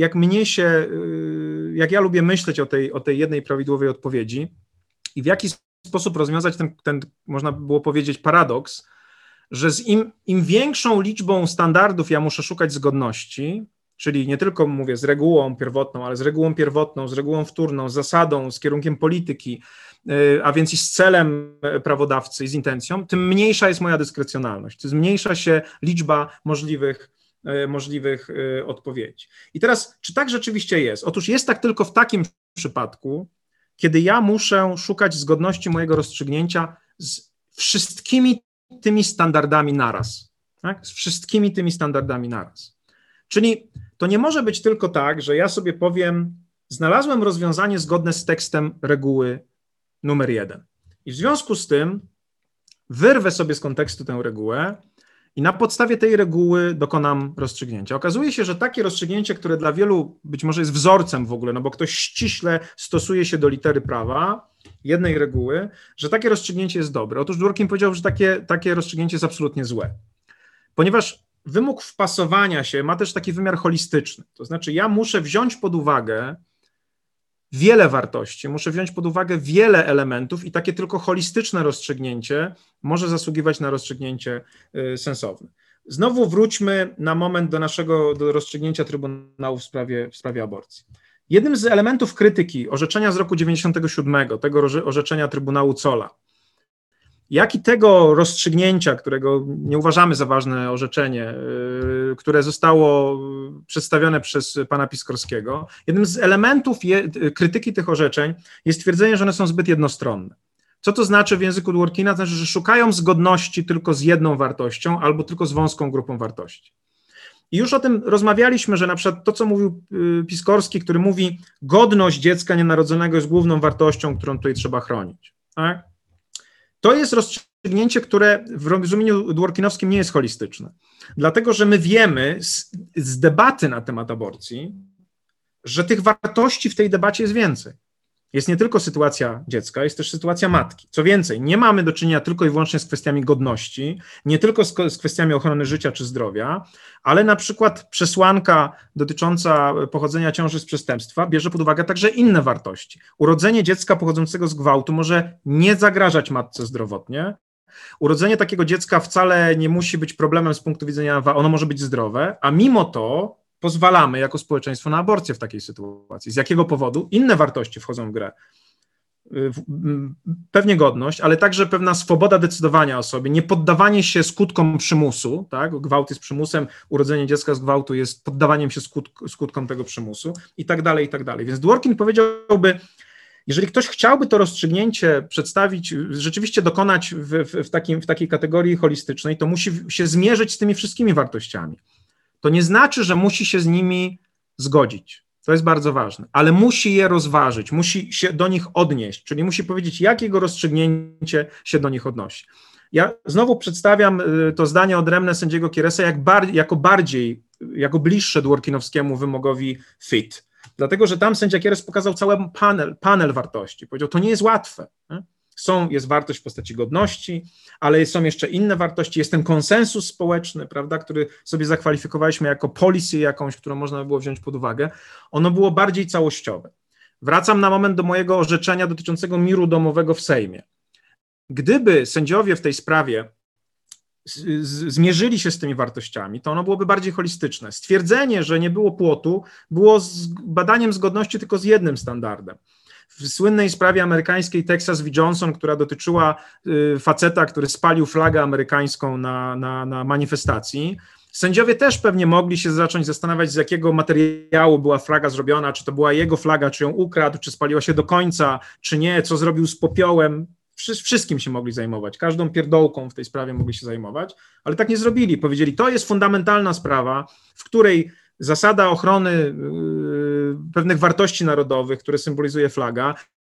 jak ja lubię myśleć o tej jednej prawidłowej odpowiedzi i w jaki sposób rozwiązać ten można by było powiedzieć, paradoks, że z im większą liczbą standardów ja muszę szukać zgodności, czyli nie tylko mówię z regułą pierwotną, ale z regułą pierwotną, z regułą wtórną, z zasadą, z kierunkiem polityki, a więc i z celem prawodawcy i z intencją, tym mniejsza jest moja dyskrecjonalność, tym zmniejsza się liczba możliwych odpowiedzi. I teraz, czy tak rzeczywiście jest? Otóż jest tak tylko w takim przypadku, kiedy ja muszę szukać zgodności mojego rozstrzygnięcia z wszystkimi tymi standardami naraz. Tak? Z wszystkimi tymi standardami naraz. Czyli to nie może być tylko tak, że ja sobie powiem, znalazłem rozwiązanie zgodne z tekstem reguły numer 1. I w związku z tym wyrwę sobie z kontekstu tę regułę i na podstawie tej reguły dokonam rozstrzygnięcia. Okazuje się, że takie rozstrzygnięcie, które dla wielu być może jest wzorcem w ogóle, no bo ktoś ściśle stosuje się do litery prawa, jednej reguły, że takie rozstrzygnięcie jest dobre. Otóż Dworkin powiedział, że takie rozstrzygnięcie jest absolutnie złe. Ponieważ wymóg wpasowania się ma też taki wymiar holistyczny. To znaczy ja muszę wziąć pod uwagę wiele wartości, muszę wziąć pod uwagę wiele elementów i takie tylko holistyczne rozstrzygnięcie może zasługiwać na rozstrzygnięcie sensowne. Znowu wróćmy na moment do rozstrzygnięcia Trybunału w sprawie aborcji. Jednym z elementów krytyki orzeczenia z roku 1997, tego orzeczenia Trybunału Zolla, jak i tego rozstrzygnięcia, którego nie uważamy za ważne orzeczenie, które zostało przedstawione przez pana Piskorskiego, jednym z elementów krytyki tych orzeczeń jest twierdzenie, że one są zbyt jednostronne. Co to znaczy w języku Dworkina? To znaczy, że szukają zgodności tylko z jedną wartością albo tylko z wąską grupą wartości. I już o tym rozmawialiśmy, że na przykład to, co mówił Piskorski, który mówi, godność dziecka nienarodzonego jest główną wartością, którą tutaj trzeba chronić. Tak? To jest rozstrzygnięcie, które w rozumieniu dworkinowskim nie jest holistyczne. Dlatego, że my wiemy z debaty na temat aborcji, że tych wartości w tej debacie jest więcej. Jest nie tylko sytuacja dziecka, jest też sytuacja matki. Co więcej, nie mamy do czynienia tylko i wyłącznie z kwestiami godności, nie tylko z kwestiami ochrony życia czy zdrowia, ale na przykład przesłanka dotycząca pochodzenia ciąży z przestępstwa bierze pod uwagę także inne wartości. Urodzenie dziecka pochodzącego z gwałtu może nie zagrażać matce zdrowotnie. Urodzenie takiego dziecka wcale nie musi być problemem z punktu widzenia, ono może być zdrowe, a mimo to pozwalamy jako społeczeństwo na aborcję w takiej sytuacji. Z jakiego powodu? Inne wartości wchodzą w grę. Pewnie godność, ale także pewna swoboda decydowania o sobie, nie poddawanie się skutkom przymusu, tak? Gwałt jest przymusem, urodzenie dziecka z gwałtu jest poddawaniem się skutkom tego przymusu i tak dalej, i tak dalej. Więc Dworkin powiedziałby, jeżeli ktoś chciałby to rozstrzygnięcie przedstawić, rzeczywiście dokonać w takiej kategorii holistycznej, to musi się zmierzyć z tymi wszystkimi wartościami. To nie znaczy, że musi się z nimi zgodzić. To jest bardzo ważne, ale musi je rozważyć, musi się do nich odnieść, czyli musi powiedzieć, jak jego rozstrzygnięcie się do nich odnosi. Ja znowu przedstawiam to zdanie odrębne sędziego Kieresa jako bliższe dworkinowskiemu wymogowi fit, dlatego, że tam sędzia Kieres pokazał cały panel wartości. Powiedział, to nie jest łatwe. Nie? Jest wartość w postaci godności, ale są jeszcze inne wartości, jest ten konsensus społeczny, prawda, który sobie zakwalifikowaliśmy jako policy jakąś, którą można by było wziąć pod uwagę. Ono było bardziej całościowe. Wracam na moment do mojego orzeczenia dotyczącego miru domowego w Sejmie. Gdyby sędziowie w tej sprawie zmierzyli się z tymi wartościami, to ono byłoby bardziej holistyczne. Stwierdzenie, że nie było płotu, było badaniem zgodności tylko z jednym standardem. W słynnej sprawie amerykańskiej Texas v. Johnson, która dotyczyła faceta, który spalił flagę amerykańską na manifestacji, sędziowie też pewnie mogli się zacząć zastanawiać, z jakiego materiału była flaga zrobiona, czy to była jego flaga, czy ją ukradł, czy spaliła się do końca, czy nie, co zrobił z popiołem. Wszystkim się mogli zajmować, każdą pierdołką w tej sprawie mogli się zajmować, ale tak nie zrobili. Powiedzieli, to jest fundamentalna sprawa, w której zasada ochrony pewnych wartości narodowych, które symbolizuje flaga,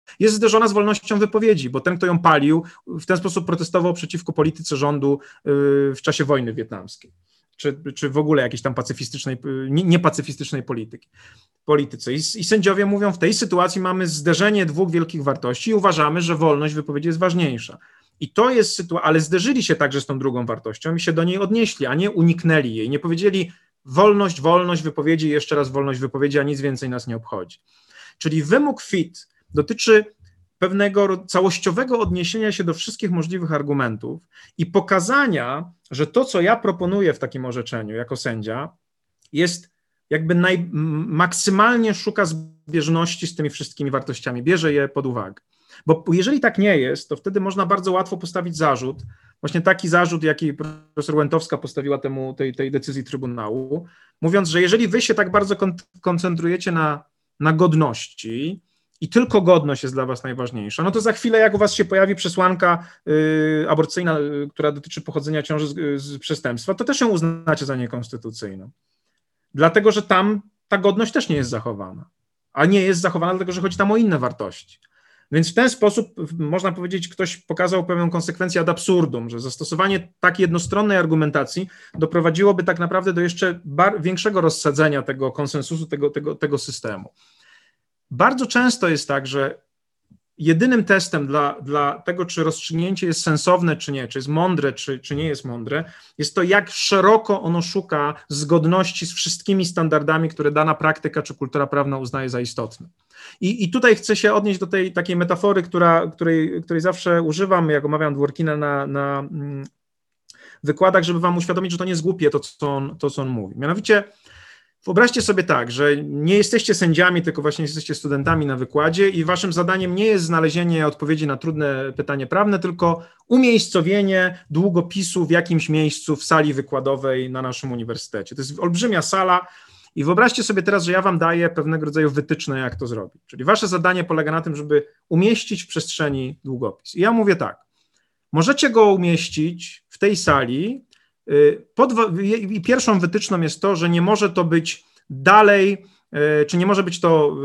jest zderzona z wolnością wypowiedzi, bo ten, kto ją palił, w ten sposób protestował przeciwko polityce rządu w czasie wojny wietnamskiej, czy w ogóle jakiejś tam pacyfistycznej, niepacyfistycznej polityce. I sędziowie mówią, w tej sytuacji mamy zderzenie dwóch wielkich wartości i uważamy, że wolność wypowiedzi jest ważniejsza. I to jest sytuacja, ale zderzyli się także z tą drugą wartością i się do niej odnieśli, a nie uniknęli jej, nie powiedzieli wolność wypowiedzi i jeszcze raz wolność wypowiedzi, a nic więcej nas nie obchodzi. Czyli wymóg FIT dotyczy pewnego całościowego odniesienia się do wszystkich możliwych argumentów i pokazania, że to, co ja proponuję w takim orzeczeniu jako sędzia, jest jakby maksymalnie szuka zbieżności z tymi wszystkimi wartościami, bierze je pod uwagę. Bo jeżeli tak nie jest, to wtedy można bardzo łatwo postawić zarzut, właśnie taki zarzut, jaki profesor Łętowska postawiła tej decyzji Trybunału, mówiąc, że jeżeli wy się tak bardzo koncentrujecie na godności i tylko godność jest dla was najważniejsza, no to za chwilę, jak u was się pojawi przesłanka aborcyjna, która dotyczy pochodzenia ciąży z przestępstwa, to też ją uznacie za niekonstytucyjną. Dlatego, że tam ta godność też nie jest zachowana, a nie jest zachowana dlatego, że chodzi tam o inne wartości. Więc w ten sposób, można powiedzieć, ktoś pokazał pewną konsekwencję ad absurdum, że zastosowanie takiej jednostronnej argumentacji doprowadziłoby tak naprawdę do jeszcze większego rozsadzenia tego konsensusu, tego systemu. Bardzo często jest tak, że jedynym testem dla tego, czy rozstrzygnięcie jest sensowne, czy nie, czy jest mądre, czy nie jest mądre, jest to, jak szeroko ono szuka zgodności z wszystkimi standardami, które dana praktyka czy kultura prawna uznaje za istotne. I tutaj chcę się odnieść do tej takiej metafory, której zawsze używam, jak omawiam Dworkina na wykładach, żeby wam uświadomić, że to nie jest głupie to, co on mówi. Mianowicie wyobraźcie sobie tak, że nie jesteście sędziami, tylko właśnie jesteście studentami na wykładzie i waszym zadaniem nie jest znalezienie odpowiedzi na trudne pytanie prawne, tylko umiejscowienie długopisu w jakimś miejscu w sali wykładowej na naszym uniwersytecie. To jest olbrzymia sala i wyobraźcie sobie teraz, że ja wam daję pewnego rodzaju wytyczne, jak to zrobić. Czyli wasze zadanie polega na tym, żeby umieścić w przestrzeni długopis. I ja mówię tak, możecie go umieścić w tej sali. I pierwszą wytyczną jest to, że nie może to być dalej, czy nie może być to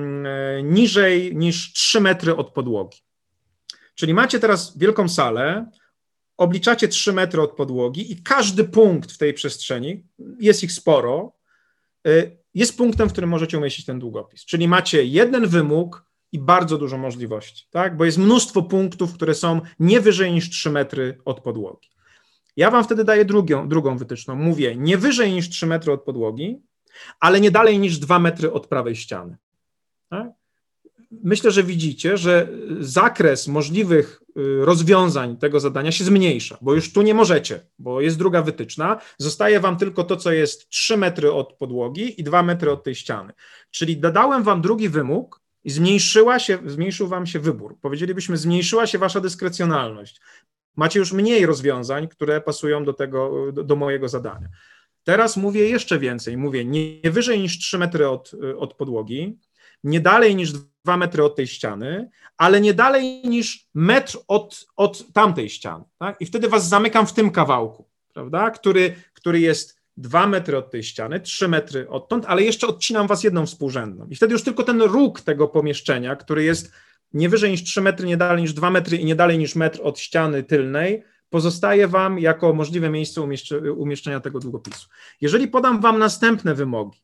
niżej niż 3 metry od podłogi. Czyli macie teraz wielką salę, obliczacie 3 metry od podłogi i każdy punkt w tej przestrzeni, jest ich sporo, jest punktem, w którym możecie umieścić ten długopis. Czyli macie jeden wymóg i bardzo dużo możliwości, tak? Bo jest mnóstwo punktów, które są nie wyżej niż 3 metry od podłogi. Ja wam wtedy daję drugą wytyczną. Mówię nie wyżej niż 3 metry od podłogi, ale nie dalej niż 2 metry od prawej ściany. Tak? Myślę, że widzicie, że zakres możliwych rozwiązań tego zadania się zmniejsza, bo już tu nie możecie, bo jest druga wytyczna. Zostaje wam tylko to, co jest 3 metry od podłogi i 2 metry od tej ściany. Czyli dodałem wam drugi wymóg i zmniejszył wam się wybór. Powiedzielibyśmy, zmniejszyła się wasza dyskrecjonalność. Macie już mniej rozwiązań, które pasują do mojego zadania. Teraz mówię jeszcze więcej. Mówię nie wyżej niż 3 metry od podłogi, nie dalej niż 2 metry od tej ściany, ale nie dalej niż metr od tamtej ściany. Tak? I wtedy was zamykam w tym kawałku, prawda? Który jest 2 metry od tej ściany, 3 metry odtąd, ale jeszcze odcinam was jedną współrzędną. I wtedy już tylko ten róg tego pomieszczenia, który jest nie wyżej niż 3 metry, nie dalej niż 2 metry i nie dalej niż metr od ściany tylnej, pozostaje wam jako możliwe miejsce umieszczenia tego długopisu. Jeżeli podam wam następne wymogi,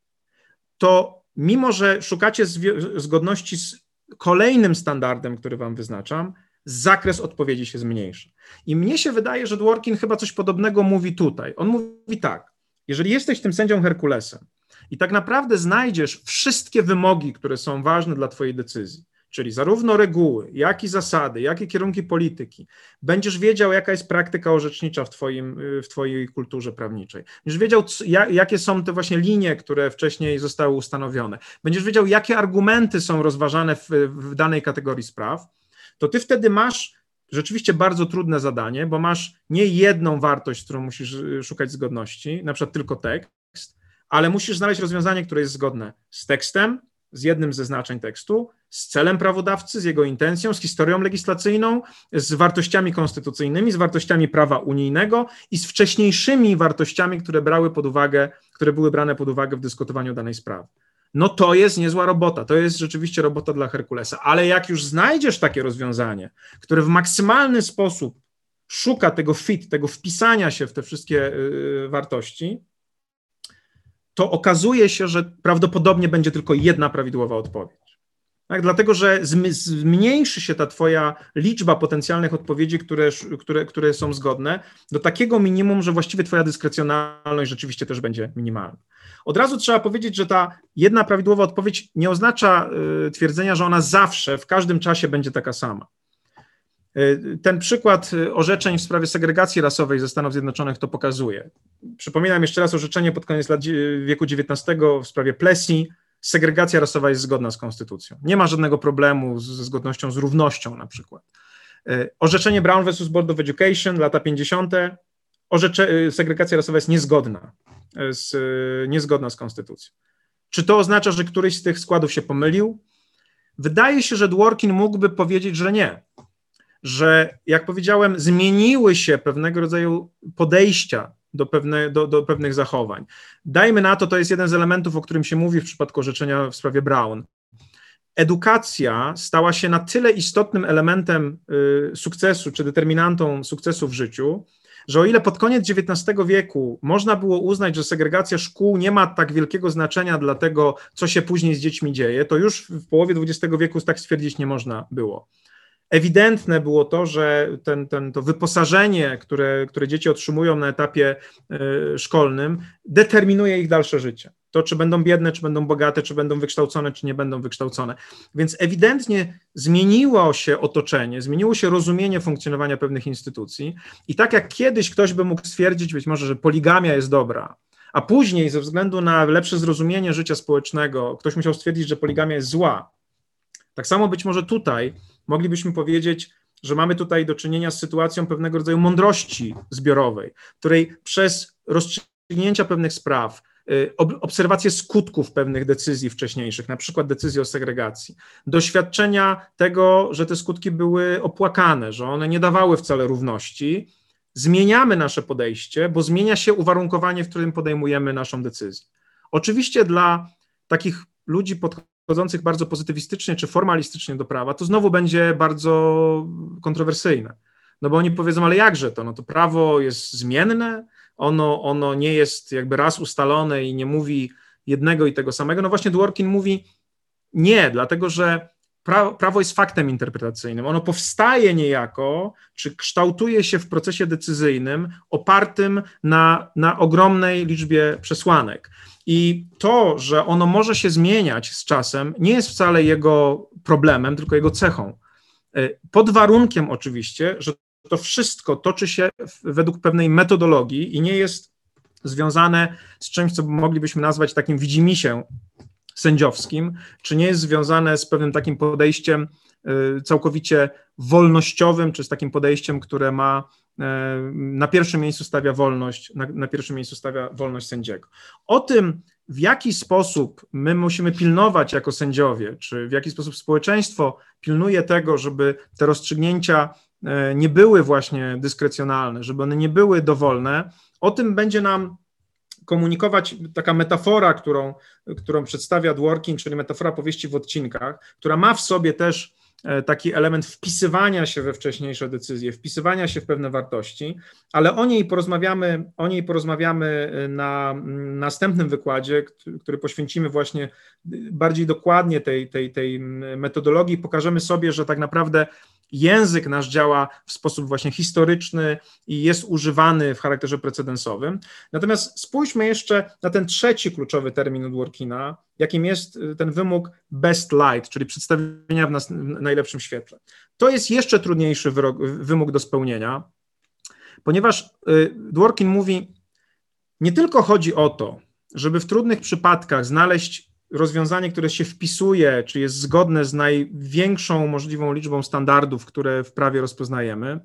to mimo, że szukacie zgodności z kolejnym standardem, który wam wyznaczam, zakres odpowiedzi się zmniejsza. I mnie się wydaje, że Dworkin chyba coś podobnego mówi tutaj. On mówi tak, jeżeli jesteś tym sędzią Herkulesem i tak naprawdę znajdziesz wszystkie wymogi, które są ważne dla twojej decyzji, czyli zarówno reguły, jak i zasady, jak i kierunki polityki, będziesz wiedział, jaka jest praktyka orzecznicza w twojej kulturze prawniczej. Będziesz wiedział, jakie są te właśnie linie, które wcześniej zostały ustanowione. Będziesz wiedział, jakie argumenty są rozważane w danej kategorii spraw, to ty wtedy masz rzeczywiście bardzo trudne zadanie, bo masz nie jedną wartość, z którą musisz szukać zgodności, na przykład tylko tekst, ale musisz znaleźć rozwiązanie, które jest zgodne z tekstem, z jednym ze znaczeń tekstu, z celem prawodawcy, z jego intencją, z historią legislacyjną, z wartościami konstytucyjnymi, z wartościami prawa unijnego i z wcześniejszymi wartościami, które były brane pod uwagę w dyskutowaniu danej sprawy. no to jest niezła robota, to jest rzeczywiście robota dla Herkulesa, ale jak już znajdziesz takie rozwiązanie, które w maksymalny sposób szuka tego fit, tego wpisania się w te wszystkie wartości, to okazuje się, że prawdopodobnie będzie tylko jedna prawidłowa odpowiedź. Tak? Dlatego, że zmniejszy się ta twoja liczba potencjalnych odpowiedzi, które są zgodne, do takiego minimum, że właściwie twoja dyskrecjonalność rzeczywiście też będzie minimalna. Od razu trzeba powiedzieć, że ta jedna prawidłowa odpowiedź nie oznacza twierdzenia, że ona zawsze, w każdym czasie będzie taka sama. Ten przykład orzeczeń w sprawie segregacji rasowej ze Stanów Zjednoczonych to pokazuje. Przypominam jeszcze raz orzeczenie pod koniec lat wieku XIX w sprawie Plessy. Segregacja rasowa jest zgodna z konstytucją. Nie ma żadnego problemu ze zgodnością z równością na przykład. Orzeczenie Brown versus Board of Education, lata 50. Segregacja rasowa jest niezgodna z konstytucją. Czy to oznacza, że któryś z tych składów się pomylił? Wydaje się, że Dworkin mógłby powiedzieć, że nie. Że, jak powiedziałem, zmieniły się pewnego rodzaju podejścia do pewnych zachowań. Dajmy na to jest jeden z elementów, o którym się mówi w przypadku orzeczenia w sprawie Brown. Edukacja stała się na tyle istotnym elementem sukcesu, czy determinantą sukcesu w życiu, że o ile pod koniec XIX wieku można było uznać, że segregacja szkół nie ma tak wielkiego znaczenia dla tego, co się później z dziećmi dzieje, to już w połowie XX wieku tak stwierdzić nie można było. Ewidentne było to, że to wyposażenie, które dzieci otrzymują na etapie szkolnym, determinuje ich dalsze życie. To, czy będą biedne, czy będą bogate, czy będą wykształcone, czy nie będą wykształcone. Więc ewidentnie zmieniło się otoczenie, zmieniło się rozumienie funkcjonowania pewnych instytucji i tak jak kiedyś ktoś by mógł stwierdzić być może, że poligamia jest dobra, a później ze względu na lepsze zrozumienie życia społecznego ktoś musiał stwierdzić, że poligamia jest zła. Tak samo być może tutaj moglibyśmy powiedzieć, że mamy tutaj do czynienia z sytuacją pewnego rodzaju mądrości zbiorowej, której przez rozstrzygnięcia pewnych spraw, obserwację skutków pewnych decyzji wcześniejszych, na przykład decyzji o segregacji, doświadczenia tego, że te skutki były opłakane, że one nie dawały wcale równości, zmieniamy nasze podejście, bo zmienia się uwarunkowanie, w którym podejmujemy naszą decyzję. Oczywiście dla takich ludzi podchodzących bardzo pozytywistycznie czy formalistycznie do prawa, to znowu będzie bardzo kontrowersyjne. No bo oni powiedzą, ale jakże to? No to prawo jest zmienne, ono nie jest jakby raz ustalone i nie mówi jednego i tego samego. No właśnie Dworkin mówi nie, dlatego że prawo jest faktem interpretacyjnym. Ono powstaje niejako, czy kształtuje się w procesie decyzyjnym opartym na ogromnej liczbie przesłanek. I to, że ono może się zmieniać z czasem, nie jest wcale jego problemem, tylko jego cechą. Pod warunkiem oczywiście, że to wszystko toczy się według pewnej metodologii i nie jest związane z czymś, co moglibyśmy nazwać takim widzimisię sędziowskim, czy nie jest związane z pewnym takim podejściem całkowicie wolnościowym, czy z takim podejściem, które ma na pierwszym miejscu stawia wolność, na pierwszym miejscu stawia wolność sędziego. O tym, w jaki sposób my musimy pilnować jako sędziowie, czy w jaki sposób społeczeństwo pilnuje tego, żeby te rozstrzygnięcia nie były właśnie dyskrecjonalne, żeby one nie były dowolne, o tym będzie nam komunikować taka metafora, którą przedstawia Dworkin, czyli metafora powieści w odcinkach, która ma w sobie też taki element wpisywania się we wcześniejsze decyzje, wpisywania się w pewne wartości, ale o niej porozmawiamy na następnym wykładzie, który poświęcimy właśnie bardziej dokładnie tej metodologii. Pokażemy sobie, że tak naprawdę język nasz działa w sposób właśnie historyczny i jest używany w charakterze precedensowym. Natomiast spójrzmy jeszcze na ten trzeci kluczowy termin u Dworkina, jakim jest ten wymóg best light, czyli przedstawienia w najlepszym świetle. To jest jeszcze trudniejszy wymóg do spełnienia, ponieważ Dworkin mówi, nie tylko chodzi o to, żeby w trudnych przypadkach znaleźć rozwiązanie, które się wpisuje, czy jest zgodne z największą możliwą liczbą standardów, które w prawie rozpoznajemy,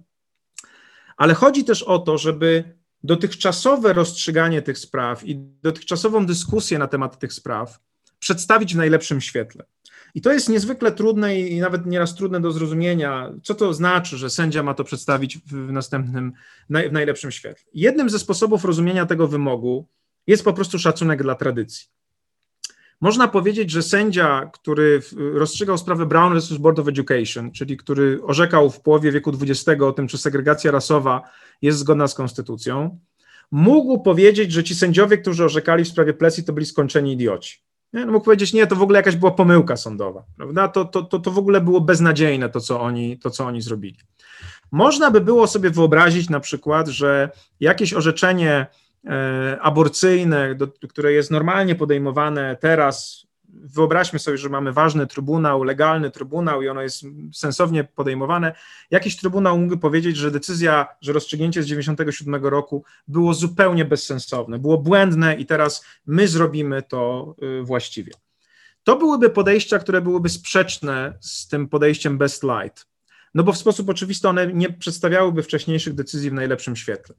ale chodzi też o to, żeby dotychczasowe rozstrzyganie tych spraw i dotychczasową dyskusję na temat tych spraw przedstawić w najlepszym świetle. I to jest niezwykle trudne i nawet nieraz trudne do zrozumienia, co to znaczy, że sędzia ma to przedstawić w najlepszym świetle. Jednym ze sposobów rozumienia tego wymogu jest po prostu szacunek dla tradycji. Można powiedzieć, że sędzia, który rozstrzygał sprawę Brown vs. Board of Education, czyli który orzekał w połowie wieku XX o tym, czy segregacja rasowa jest zgodna z konstytucją, mógł powiedzieć, że ci sędziowie, którzy orzekali w sprawie Plessy, to byli skończeni idioci. Nie? No mógł powiedzieć, nie, to w ogóle jakaś była pomyłka sądowa, prawda? To w ogóle było beznadziejne to, co oni zrobili. Można by było sobie wyobrazić na przykład, że jakieś orzeczenie aborcyjne, które jest normalnie podejmowane teraz, wyobraźmy sobie, że mamy ważny trybunał, legalny trybunał i ono jest sensownie podejmowane, jakiś trybunał mógłby powiedzieć, że decyzja, że rozstrzygnięcie z 1997 roku było zupełnie bezsensowne, było błędne i teraz my zrobimy to właściwie. To byłyby podejścia, które byłyby sprzeczne z tym podejściem best light, no bo w sposób oczywisty one nie przedstawiałyby wcześniejszych decyzji w najlepszym świetle.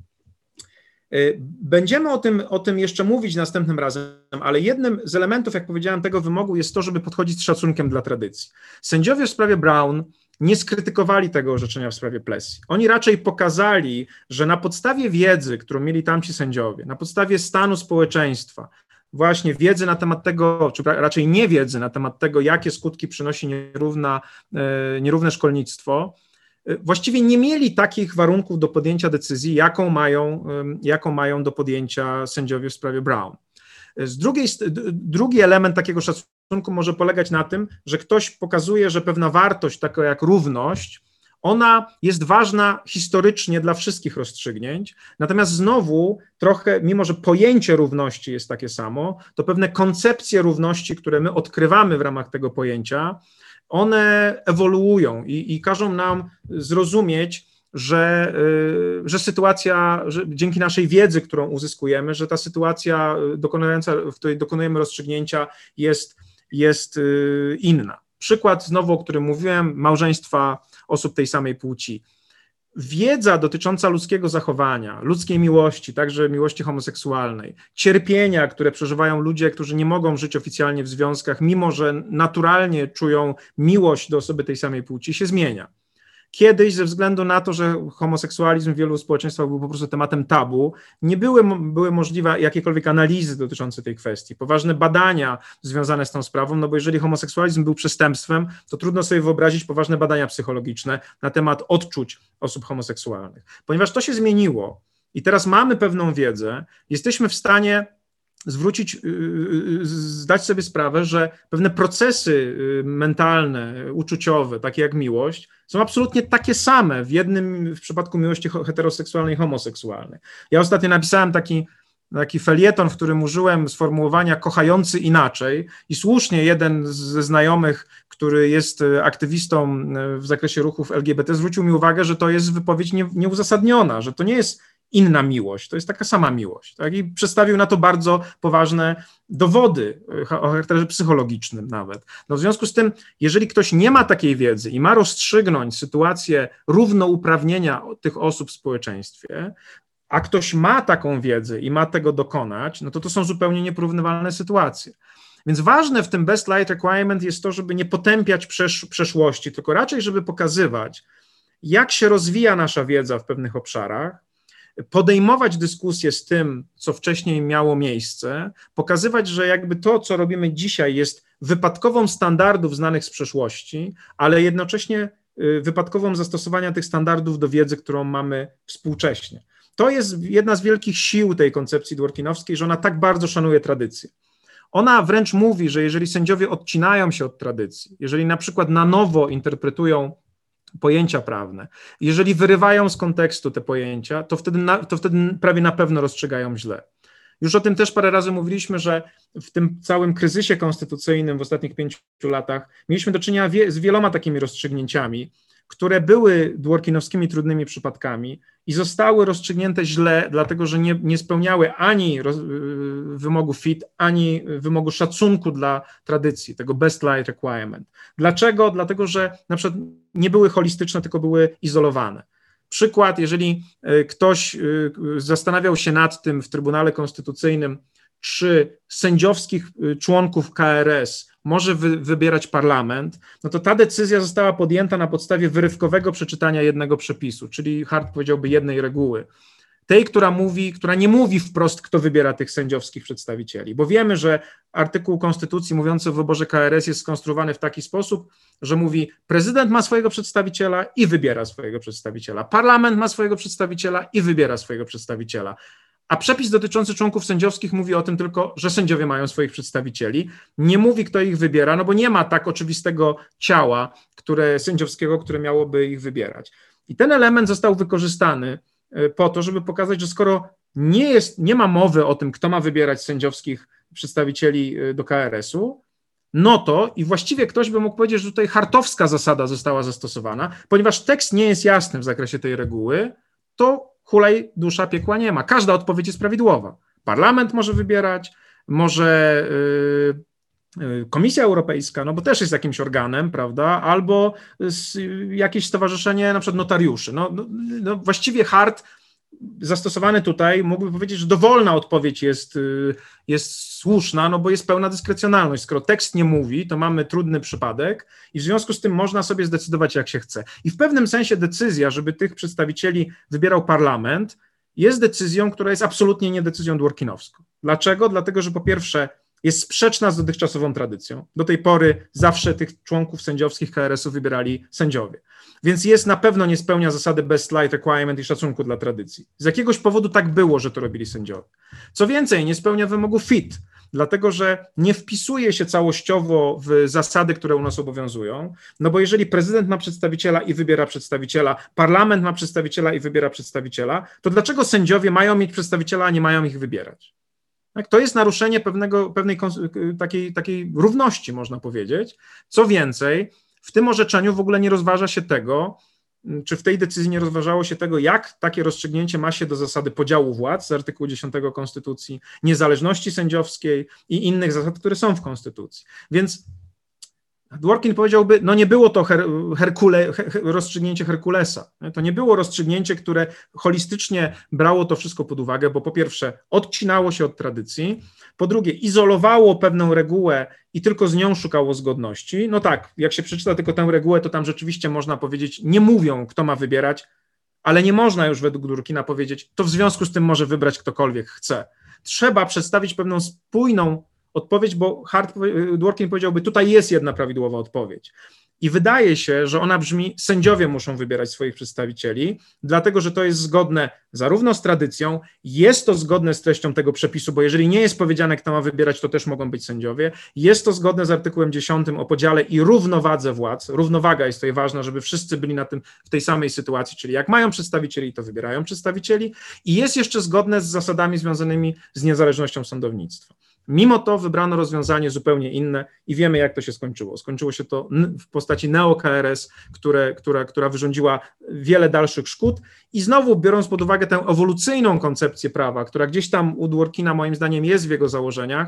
Będziemy o tym jeszcze mówić następnym razem, ale jednym z elementów, jak powiedziałem, tego wymogu jest to, żeby podchodzić z szacunkiem dla tradycji. Sędziowie w sprawie Brown nie skrytykowali tego orzeczenia w sprawie Plessy. Oni raczej pokazali, że na podstawie wiedzy, którą mieli tamci sędziowie, na podstawie stanu społeczeństwa, właśnie wiedzy na temat tego, czy raczej niewiedzy na temat tego, jakie skutki przynosi nierówne szkolnictwo, właściwie nie mieli takich warunków do podjęcia decyzji, jaką mają do podjęcia sędziowie w sprawie Brown. Drugi element takiego szacunku może polegać na tym, że ktoś pokazuje, że pewna wartość, taka jak równość, ona jest ważna historycznie dla wszystkich rozstrzygnięć, natomiast znowu trochę, mimo że pojęcie równości jest takie samo, to pewne koncepcje równości, które my odkrywamy w ramach tego pojęcia, one ewoluują i każą nam zrozumieć, że sytuacja, że dzięki naszej wiedzy, którą uzyskujemy, że ta sytuacja w której dokonujemy rozstrzygnięcia jest inna. Przykład znowu, o którym mówiłem, małżeństwa osób tej samej płci. Wiedza dotycząca ludzkiego zachowania, ludzkiej miłości, także miłości homoseksualnej, cierpienia, które przeżywają ludzie, którzy nie mogą żyć oficjalnie w związkach, mimo że naturalnie czują miłość do osoby tej samej płci, się zmienia. Kiedyś ze względu na to, że homoseksualizm w wielu społeczeństwach był po prostu tematem tabu, nie były możliwe jakiekolwiek analizy dotyczące tej kwestii, poważne badania związane z tą sprawą, no bo jeżeli homoseksualizm był przestępstwem, to trudno sobie wyobrazić poważne badania psychologiczne na temat odczuć osób homoseksualnych. Ponieważ to się zmieniło i teraz mamy pewną wiedzę, jesteśmy w stanie zdać sobie sprawę, że pewne procesy mentalne, uczuciowe, takie jak miłość, są absolutnie takie same w przypadku miłości heteroseksualnej i homoseksualnej. Ja ostatnio napisałem taki felieton, w którym użyłem sformułowania kochający inaczej i słusznie jeden ze znajomych, który jest aktywistą w zakresie ruchów LGBT, zwrócił mi uwagę, że to jest wypowiedź nieuzasadniona, że to nie jest inna miłość, to jest taka sama miłość. Tak? I przedstawił na to bardzo poważne dowody o charakterze psychologicznym nawet. No w związku z tym, jeżeli ktoś nie ma takiej wiedzy i ma rozstrzygnąć sytuację równouprawnienia tych osób w społeczeństwie, a ktoś ma taką wiedzę i ma tego dokonać, no to są zupełnie nieporównywalne sytuacje. Więc ważne w tym best light requirement jest to, żeby nie potępiać przeszłości, tylko raczej, żeby pokazywać, jak się rozwija nasza wiedza w pewnych obszarach, podejmować dyskusję z tym, co wcześniej miało miejsce, pokazywać, że jakby to, co robimy dzisiaj, jest wypadkową standardów znanych z przeszłości, ale jednocześnie wypadkową zastosowania tych standardów do wiedzy, którą mamy współcześnie. To jest jedna z wielkich sił tej koncepcji dworkinowskiej, że ona tak bardzo szanuje tradycję. Ona wręcz mówi, że jeżeli sędziowie odcinają się od tradycji, jeżeli na przykład na nowo interpretują pojęcia prawne, jeżeli wyrywają z kontekstu te pojęcia, to wtedy prawie na pewno rozstrzygają źle. Już o tym też parę razy mówiliśmy, że w tym całym kryzysie konstytucyjnym w ostatnich 5 latach mieliśmy do czynienia z wieloma takimi rozstrzygnięciami, które były dworkinowskimi trudnymi przypadkami i zostały rozstrzygnięte źle, dlatego że nie spełniały ani wymogu FIT, ani wymogu szacunku dla tradycji, tego best light requirement. Dlaczego? Dlatego, że na przykład nie były holistyczne, tylko były izolowane. Przykład, jeżeli ktoś zastanawiał się nad tym w Trybunale Konstytucyjnym, czy sędziowskich członków KRS może wybierać parlament, no to ta decyzja została podjęta na podstawie wyrywkowego przeczytania jednego przepisu, czyli Hart powiedziałby jednej reguły. tej, która nie mówi wprost, kto wybiera tych sędziowskich przedstawicieli, bo wiemy, że artykuł Konstytucji mówiący o wyborze KRS jest skonstruowany w taki sposób, że mówi, prezydent ma swojego przedstawiciela i wybiera swojego przedstawiciela, parlament ma swojego przedstawiciela i wybiera swojego przedstawiciela. A przepis dotyczący członków sędziowskich mówi o tym tylko, że sędziowie mają swoich przedstawicieli, nie mówi, kto ich wybiera, no bo nie ma tak oczywistego ciała sędziowskiego, które miałoby ich wybierać. I ten element został wykorzystany po to, żeby pokazać, że skoro nie ma mowy o tym, kto ma wybierać sędziowskich przedstawicieli do KRS-u, no to i właściwie ktoś by mógł powiedzieć, że tutaj hartowska zasada została zastosowana, ponieważ tekst nie jest jasny w zakresie tej reguły, to hulaj dusza piekła nie ma. Każda odpowiedź jest prawidłowa. Parlament może wybierać, może Komisja Europejska, no bo też jest jakimś organem, prawda, albo jakieś stowarzyszenie, na przykład notariuszy. No właściwie hart zastosowany tutaj mógłby powiedzieć, że dowolna odpowiedź jest słuszna, no bo jest pełna dyskrecjonalność. Skoro tekst nie mówi, to mamy trudny przypadek i w związku z tym można sobie zdecydować, jak się chce. I w pewnym sensie decyzja, żeby tych przedstawicieli wybierał parlament, jest decyzją, która jest absolutnie nie decyzją dworkinowską. Dlaczego? Dlatego, że po pierwsze jest sprzeczna z dotychczasową tradycją. Do tej pory zawsze tych członków sędziowskich KRS-u wybierali sędziowie. Więc na pewno nie spełnia zasady best light requirement i szacunku dla tradycji. Z jakiegoś powodu tak było, że to robili sędziowie. Co więcej, nie spełnia wymogu fit, dlatego że nie wpisuje się całościowo w zasady, które u nas obowiązują, no bo jeżeli prezydent ma przedstawiciela i wybiera przedstawiciela, parlament ma przedstawiciela i wybiera przedstawiciela, to dlaczego sędziowie mają mieć przedstawiciela, a nie mają ich wybierać? Tak, to jest naruszenie pewnej takiej równości, można powiedzieć. Co więcej, w tym orzeczeniu w ogóle nie rozważa się tego, czy w tej decyzji nie rozważało się tego, jak takie rozstrzygnięcie ma się do zasady podziału władz z artykułu 10 Konstytucji, niezależności sędziowskiej i innych zasad, które są w Konstytucji. Więc Dworkin powiedziałby, no nie było to rozstrzygnięcie Herkulesa. To nie było rozstrzygnięcie, które holistycznie brało to wszystko pod uwagę, bo po pierwsze odcinało się od tradycji, po drugie izolowało pewną regułę i tylko z nią szukało zgodności. No tak, jak się przeczyta tylko tę regułę, to tam rzeczywiście można powiedzieć, nie mówią, kto ma wybierać, ale nie można już według Dworkina powiedzieć, to w związku z tym może wybrać ktokolwiek chce. Trzeba przedstawić pewną spójną odpowiedź, bo Dworkin powiedziałby, tutaj jest jedna prawidłowa odpowiedź. I wydaje się, że ona brzmi, sędziowie muszą wybierać swoich przedstawicieli, dlatego że to jest zgodne zarówno z tradycją, jest to zgodne z treścią tego przepisu, bo jeżeli nie jest powiedziane, kto ma wybierać, to też mogą być sędziowie. Jest to zgodne z artykułem 10 o podziale i równowadze władz. Równowaga jest tutaj ważna, żeby wszyscy byli w tej samej sytuacji, czyli jak mają przedstawicieli, to wybierają przedstawicieli. I jest jeszcze zgodne z zasadami związanymi z niezależnością sądownictwa. Mimo to wybrano rozwiązanie zupełnie inne i wiemy, jak to się skończyło. Skończyło się to w postaci neo-KRS, która wyrządziła wiele dalszych szkód i znowu biorąc pod uwagę tę ewolucyjną koncepcję prawa, która gdzieś tam u Dworkina moim zdaniem jest w jego założeniach,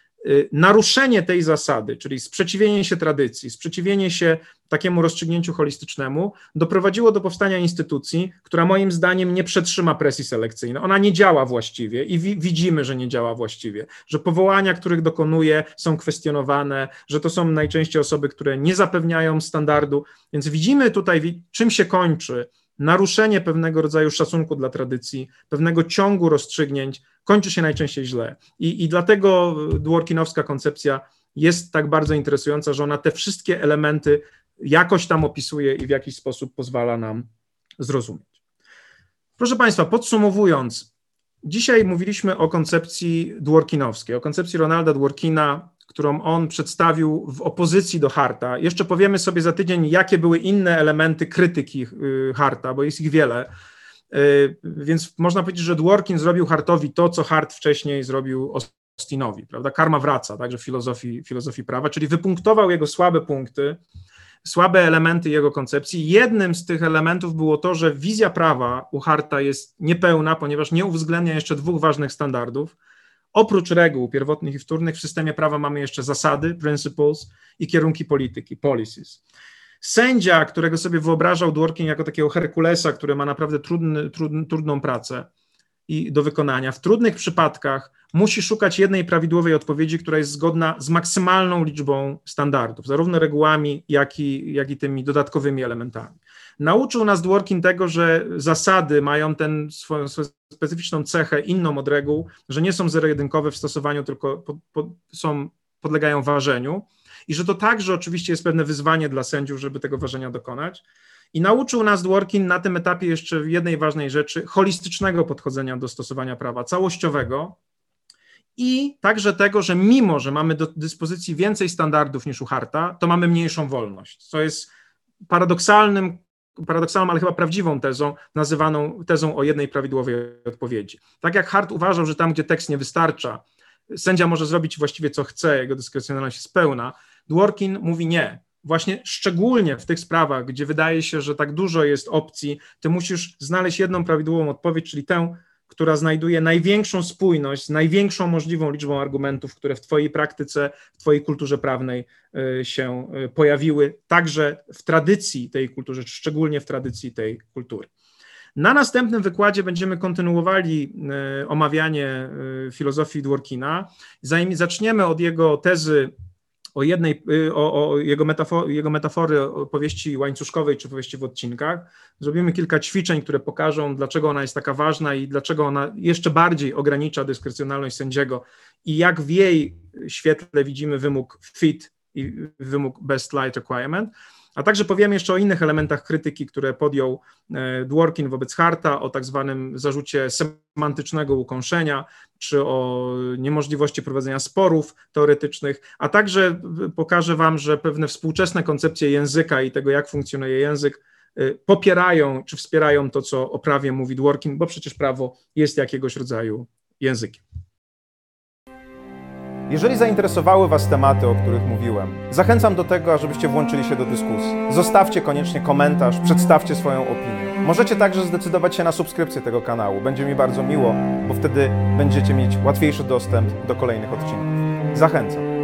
naruszenie tej zasady, czyli sprzeciwienie się tradycji, sprzeciwienie się takiemu rozstrzygnięciu holistycznemu doprowadziło do powstania instytucji, która moim zdaniem nie przetrzyma presji selekcyjnej. Ona nie działa właściwie i widzimy, że nie działa właściwie, że powołania, których dokonuje, są kwestionowane, że to są najczęściej osoby, które nie zapewniają standardu, więc widzimy tutaj, czym się kończy naruszenie pewnego rodzaju szacunku dla tradycji, pewnego ciągu rozstrzygnięć, kończy się najczęściej źle. I dlatego dworkinowska koncepcja jest tak bardzo interesująca, że ona te wszystkie elementy jakoś tam opisuje i w jakiś sposób pozwala nam zrozumieć. Proszę Państwa, podsumowując, dzisiaj mówiliśmy o koncepcji dworkinowskiej, o koncepcji Ronalda Dworkina, którą on przedstawił w opozycji do Harta. Jeszcze powiemy sobie za tydzień, jakie były inne elementy krytyki Harta, bo jest ich wiele. Więc można powiedzieć, że Dworkin zrobił Hartowi to, co Hart wcześniej zrobił Austinowi, prawda? Karma wraca, także filozofii prawa, czyli wypunktował jego słabe punkty, słabe elementy jego koncepcji. Jednym z tych elementów było to, że wizja prawa u Harta jest niepełna, ponieważ nie uwzględnia jeszcze dwóch ważnych standardów. Oprócz reguł pierwotnych i wtórnych w systemie prawa mamy jeszcze zasady, principles i kierunki polityki, policies. Sędzia, którego sobie wyobrażał Dworkin jako takiego Herkulesa, który ma naprawdę trudną pracę do wykonania, w trudnych przypadkach musi szukać jednej prawidłowej odpowiedzi, która jest zgodna z maksymalną liczbą standardów, zarówno regułami, jak i tymi dodatkowymi elementami. Nauczył nas Dworkin tego, że zasady mają swoją specyficzną cechę, inną od reguł, że nie są zero-jedynkowe w stosowaniu, tylko podlegają ważeniu i że to także oczywiście jest pewne wyzwanie dla sędziów, żeby tego ważenia dokonać. I nauczył nas Dworkin na tym etapie jeszcze jednej ważnej rzeczy, holistycznego podchodzenia do stosowania prawa, całościowego i także tego, że mimo, że mamy do dyspozycji więcej standardów niż u Harta, to mamy mniejszą wolność, co jest paradoksalną, ale chyba prawdziwą tezą, nazywaną tezą o jednej prawidłowej odpowiedzi. Tak jak Hart uważał, że tam, gdzie tekst nie wystarcza, sędzia może zrobić właściwie co chce, jego dyskrecjonalność jest pełna, Dworkin mówi nie. Właśnie szczególnie w tych sprawach, gdzie wydaje się, że tak dużo jest opcji, ty musisz znaleźć jedną prawidłową odpowiedź, czyli tę, która znajduje największą spójność z największą możliwą liczbą argumentów, które w twojej praktyce, w twojej kulturze prawnej się pojawiły, także w tradycji tej kultury, szczególnie w tradycji tej kultury. Na następnym wykładzie będziemy kontynuowali omawianie filozofii Dworkina, zanim zaczniemy od jego tezy o jego metafory opowieści łańcuszkowej czy powieści w odcinkach. Zrobimy kilka ćwiczeń, które pokażą, dlaczego ona jest taka ważna i dlaczego ona jeszcze bardziej ogranicza dyskrecjonalność sędziego i jak w jej świetle widzimy wymóg fit i wymóg best light requirement. A także powiemy jeszcze o innych elementach krytyki, które podjął Dworkin wobec Harta, o tak zwanym zarzucie semantycznego ukąszenia, czy o niemożliwości prowadzenia sporów teoretycznych, a także pokażę wam, że pewne współczesne koncepcje języka i tego, jak funkcjonuje język, popierają czy wspierają to, co o prawie mówi Dworkin, bo przecież prawo jest jakiegoś rodzaju językiem. Jeżeli zainteresowały Was tematy, o których mówiłem, zachęcam do tego, ażebyście włączyli się do dyskusji. Zostawcie koniecznie komentarz, przedstawcie swoją opinię. Możecie także zdecydować się na subskrypcję tego kanału. Będzie mi bardzo miło, bo wtedy będziecie mieć łatwiejszy dostęp do kolejnych odcinków. Zachęcam.